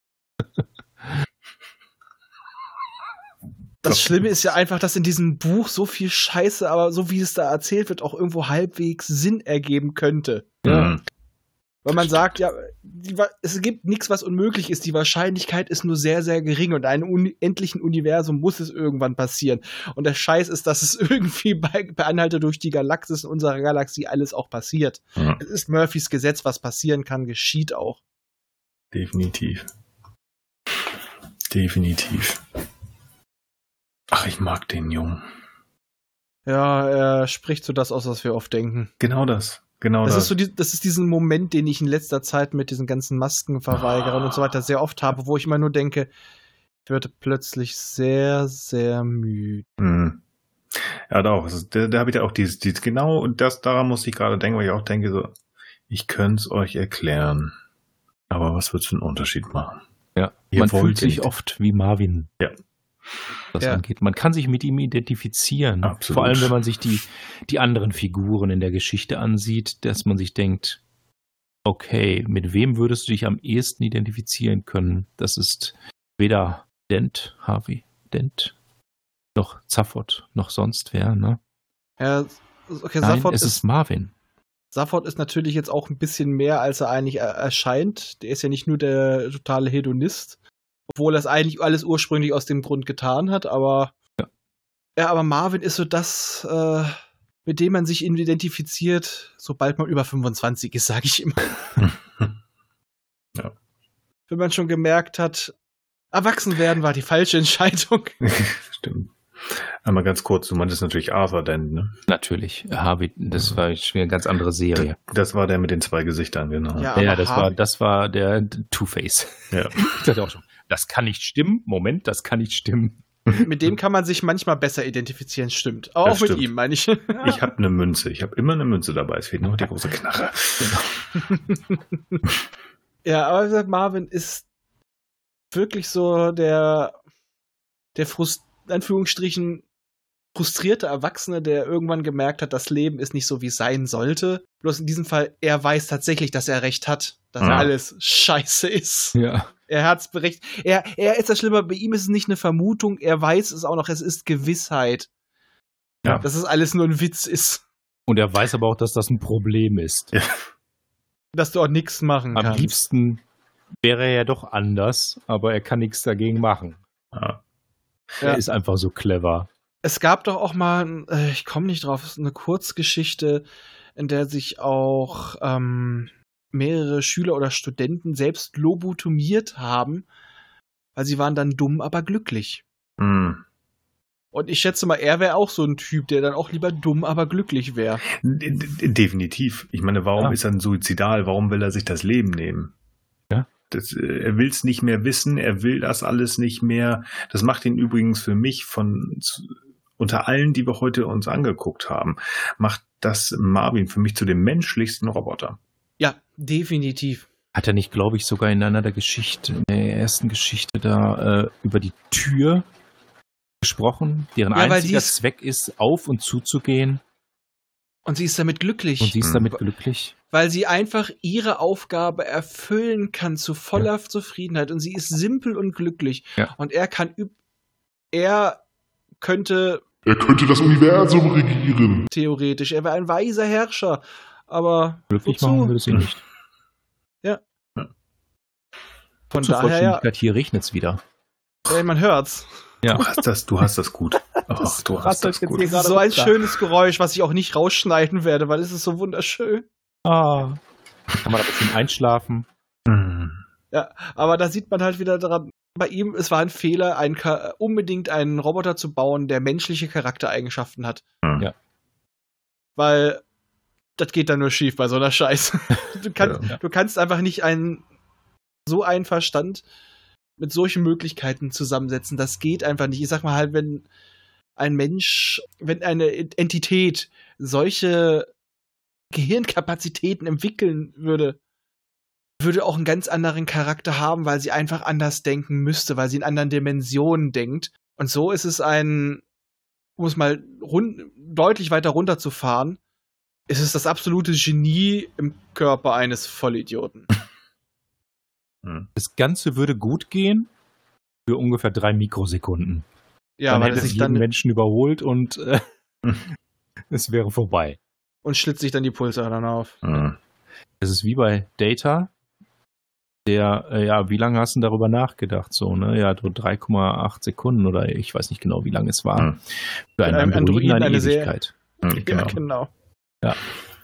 Speaker 5: Das Schlimme ist ja einfach, dass in diesem Buch so viel Scheiße, aber so wie es da erzählt wird, auch irgendwo halbwegs Sinn ergeben könnte.
Speaker 2: Ja.
Speaker 5: Weil man sagt, ja, es gibt nichts, was unmöglich ist. Die Wahrscheinlichkeit ist nur sehr, sehr gering und in einem unendlichen Universum muss es irgendwann passieren. Und der Scheiß ist, dass es irgendwie bei Anhalter durch die Galaxis in unserer Galaxie alles auch passiert.
Speaker 2: Ja.
Speaker 5: Es ist Murphys Gesetz, was passieren kann, geschieht auch.
Speaker 2: Definitiv. Definitiv. Ach, ich mag den Jungen.
Speaker 5: Ja, er spricht so das aus, was wir oft denken.
Speaker 2: Genau das. Genau
Speaker 5: Das
Speaker 2: das.
Speaker 5: ist so das ist diesen Moment, den ich in letzter Zeit mit diesen ganzen Maskenverweigerern und so weiter sehr oft habe, wo ich immer nur denke, ich werde plötzlich sehr, sehr müde.
Speaker 2: Ja, doch. Da habe ich ja auch dieses genau, und daran muss ich gerade denken, weil ich auch denke, so, ich könnte es euch erklären. Aber was wird es für einen Unterschied machen?
Speaker 6: Ja,
Speaker 2: Ihr
Speaker 6: man fühlt
Speaker 2: wollt
Speaker 6: sich
Speaker 2: nicht.
Speaker 6: oft wie Marvin.
Speaker 2: Ja.
Speaker 6: Das
Speaker 5: Ja.
Speaker 6: angeht. Man kann sich mit ihm identifizieren.
Speaker 2: Absolut.
Speaker 6: Vor allem, wenn man sich die anderen Figuren in der Geschichte ansieht, dass man sich denkt, okay, mit wem würdest du dich am ehesten identifizieren können? Das ist weder Harvey Dent, noch Zaphod, noch sonst wer, ne?
Speaker 5: Ja, okay,
Speaker 6: Nein,
Speaker 5: Zaphod
Speaker 6: es ist Marvin.
Speaker 5: Zaphod ist natürlich jetzt auch ein bisschen mehr, als er eigentlich erscheint. Der ist ja nicht nur der totale Hedonist, obwohl er es eigentlich alles ursprünglich aus dem Grund getan hat, aber aber Marvin ist so das, mit dem man sich identifiziert, sobald man über 25 ist, sage ich immer.
Speaker 2: Ja.
Speaker 5: Wenn man schon gemerkt hat, erwachsen werden war die falsche Entscheidung.
Speaker 2: Stimmt. Einmal ganz kurz, du meintest natürlich Arthur Dent, ne?
Speaker 6: Natürlich, Harvey, das war schon eine ganz andere Serie.
Speaker 2: Das war der mit den 2 Gesichtern, genau.
Speaker 5: Ja,
Speaker 6: Ja,
Speaker 5: aber
Speaker 6: das war der Two-Face.
Speaker 2: Ja.
Speaker 6: Ich dachte auch schon, das kann nicht stimmen. Moment, das kann nicht stimmen.
Speaker 5: mit dem kann man sich manchmal besser identifizieren, stimmt. Aber
Speaker 2: Das
Speaker 5: auch mit
Speaker 2: stimmt.
Speaker 5: ihm, meine ich.
Speaker 2: Ich habe eine Münze. Ich habe immer eine Münze dabei. Es fehlt nur die große Knarre.
Speaker 5: Ja, aber wie gesagt, Marvin ist wirklich so der in Anführungsstrichen frustrierte Erwachsene, der irgendwann gemerkt hat, das Leben ist nicht so, wie es sein sollte. Bloß in diesem Fall, er weiß tatsächlich, dass er recht hat, dass
Speaker 2: Ja.
Speaker 5: alles scheiße ist.
Speaker 6: Ja.
Speaker 5: Er hat's berechtigt. Er ist das Schlimme, bei ihm ist es nicht eine Vermutung, er weiß es auch noch, es ist Gewissheit.
Speaker 2: Ja.
Speaker 5: Dass es alles nur ein Witz ist.
Speaker 6: Und er weiß aber auch, dass das ein Problem ist.
Speaker 2: Ja.
Speaker 5: Dass du auch nichts machen
Speaker 6: Am
Speaker 5: kannst.
Speaker 6: liebsten wäre er ja doch anders, aber er kann nichts dagegen machen.
Speaker 2: Ja.
Speaker 5: Ja.
Speaker 6: Er ist einfach so clever.
Speaker 5: Es gab doch auch mal, ich komme nicht drauf, es ist eine Kurzgeschichte, in der sich auch mehrere Schüler oder Studenten selbst lobotomiert haben, weil sie waren dann dumm, aber glücklich.
Speaker 2: Hm.
Speaker 5: Und ich schätze mal, er wäre auch so ein Typ, der dann auch lieber dumm, aber glücklich wäre.
Speaker 2: Definitiv. Ich meine, warum ist er ein Suizidal? Warum will er sich das Leben nehmen?
Speaker 6: Ja.
Speaker 2: Er will es nicht mehr wissen, er will das alles nicht mehr. Das macht ihn übrigens für mich unter allen, die wir heute uns angeguckt haben, macht das Marvin für mich zu dem menschlichsten Roboter.
Speaker 5: Ja, definitiv.
Speaker 6: Hat er nicht, glaube ich, sogar in einer der Geschichte, in der ersten Geschichte da über die Tür gesprochen, deren
Speaker 5: Ja, weil
Speaker 6: einziger
Speaker 5: die ist-
Speaker 6: Zweck ist, auf und zuzugehen?
Speaker 5: Und sie ist damit glücklich. Weil sie einfach ihre Aufgabe erfüllen kann zu voller Zufriedenheit. Und sie ist simpel und glücklich.
Speaker 6: Ja.
Speaker 5: Und er könnte
Speaker 1: das Universum regieren.
Speaker 5: Theoretisch. Er wäre ein weiser Herrscher. Aber
Speaker 6: glücklich
Speaker 5: wozu?
Speaker 6: machen würde sie nicht.
Speaker 5: Ja. Von
Speaker 6: Zur
Speaker 5: daher,
Speaker 6: Vollständigkeit, hier regnet es wieder.
Speaker 5: Man hört's.
Speaker 6: Ja.
Speaker 2: Du hast das gut. Ach, du hast das gut.
Speaker 5: Das ist so ein schönes Geräusch, was ich auch nicht rausschneiden werde, weil es ist so wunderschön.
Speaker 6: Kann man da ein bisschen einschlafen.
Speaker 5: Ja, aber da sieht man halt wieder dran, bei ihm, es war ein Fehler, unbedingt einen Roboter zu bauen, der menschliche Charaktereigenschaften hat.
Speaker 6: Ja.
Speaker 5: Weil das geht dann nur schief bei so einer Scheiße. Du kannst einfach nicht so einen Verstand mit solchen Möglichkeiten zusammensetzen. Das geht einfach nicht. Ich sag mal halt, wenn eine Entität solche Gehirnkapazitäten entwickeln würde auch einen ganz anderen Charakter haben, weil sie einfach anders denken müsste, weil sie in anderen Dimensionen denkt. Und so ist es um es mal deutlich weiter runterzufahren, ist es das absolute Genie im Körper eines Vollidioten.
Speaker 6: Das Ganze würde gut gehen für ungefähr 3 Mikrosekunden.
Speaker 5: Ja,
Speaker 6: dann
Speaker 5: weil
Speaker 6: hätte
Speaker 5: es
Speaker 6: es
Speaker 5: sich
Speaker 6: jeden
Speaker 5: dann
Speaker 6: Menschen überholt und es wäre vorbei.
Speaker 5: und schlitzt sich dann die Pulsadern auf.
Speaker 6: Das ist wie bei Data, der, wie lange hast du denn darüber nachgedacht? So, ne? Ja, so 3,8 Sekunden oder ich weiß nicht genau, wie lange es war. Für einen Androiden eine Ewigkeit.
Speaker 5: Ja, genau.
Speaker 6: Ja.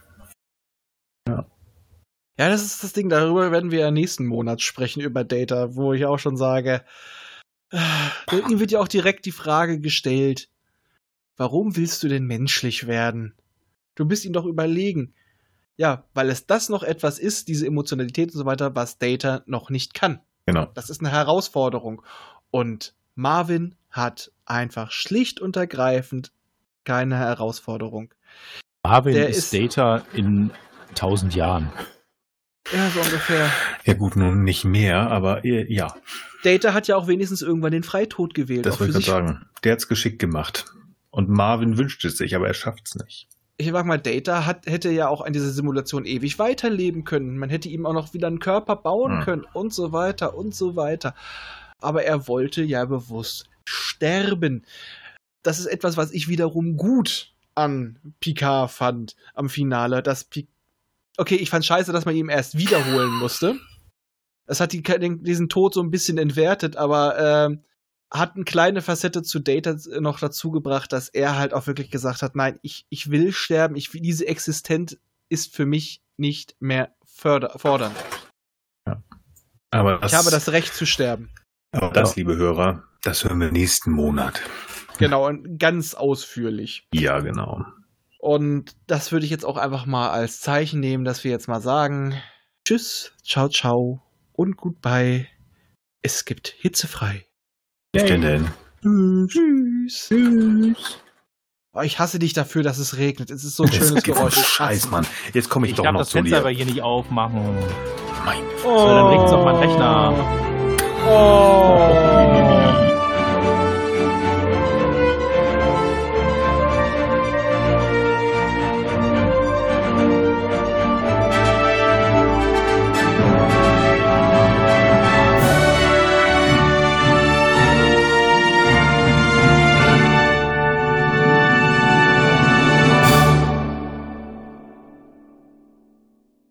Speaker 5: Ja, das ist das Ding, darüber werden wir ja nächsten Monat sprechen, über Data, wo ich auch schon sage, ihm wird ja auch direkt die Frage gestellt, warum willst du denn menschlich werden? Du bist ihm doch überlegen. Ja, weil es das noch etwas ist, diese Emotionalität und so weiter, was Data noch nicht kann.
Speaker 2: Genau.
Speaker 5: Das ist eine Herausforderung. Und Marvin hat einfach schlicht und ergreifend keine Herausforderung.
Speaker 6: Marvin ist Data in 1000 Jahren.
Speaker 5: Ja, so ungefähr.
Speaker 2: Ja gut, nun nicht mehr, aber ja.
Speaker 5: Data hat ja auch wenigstens irgendwann den Freitod gewählt.
Speaker 2: Das wollte ich gerade sagen. Der hat's geschickt gemacht. Und Marvin wünscht es sich, aber er schafft's nicht.
Speaker 5: Ich sag mal, Data hätte ja auch an dieser Simulation ewig weiterleben können. Man hätte ihm auch noch wieder einen Körper bauen können und so weiter und so weiter. Aber er wollte ja bewusst sterben. Das ist etwas, was ich wiederum gut an Picard fand am Finale. Okay, ich fand scheiße, dass man ihm erst wiederholen musste. Das hat diesen Tod so ein bisschen entwertet, aber hat eine kleine Facette zu Data noch dazu gebracht, dass er halt auch wirklich gesagt hat, nein, ich will sterben, diese Existenz ist für mich nicht mehr fordernd.
Speaker 2: Ja. Aber
Speaker 5: ich habe das Recht zu sterben.
Speaker 2: Aber das, liebe Hörer, das hören wir nächsten Monat.
Speaker 5: Genau, und ganz ausführlich.
Speaker 2: Ja, genau.
Speaker 5: Und das würde ich jetzt auch einfach mal als Zeichen nehmen, dass wir jetzt mal sagen, tschüss, ciao, ciao und goodbye. Es gibt hitzefrei.
Speaker 2: Was denn?
Speaker 5: Tschüss. Tschüss. Oh, ich hasse dich dafür, dass es regnet. Es ist so ein schönes Geräusch.
Speaker 2: Scheiß, Mann. Jetzt komme ich doch noch zu dir.
Speaker 6: Ich darf das Fenster aber hier nicht aufmachen.
Speaker 2: Mein
Speaker 6: Dann regnet es auf meinen Rechner.
Speaker 5: Oh.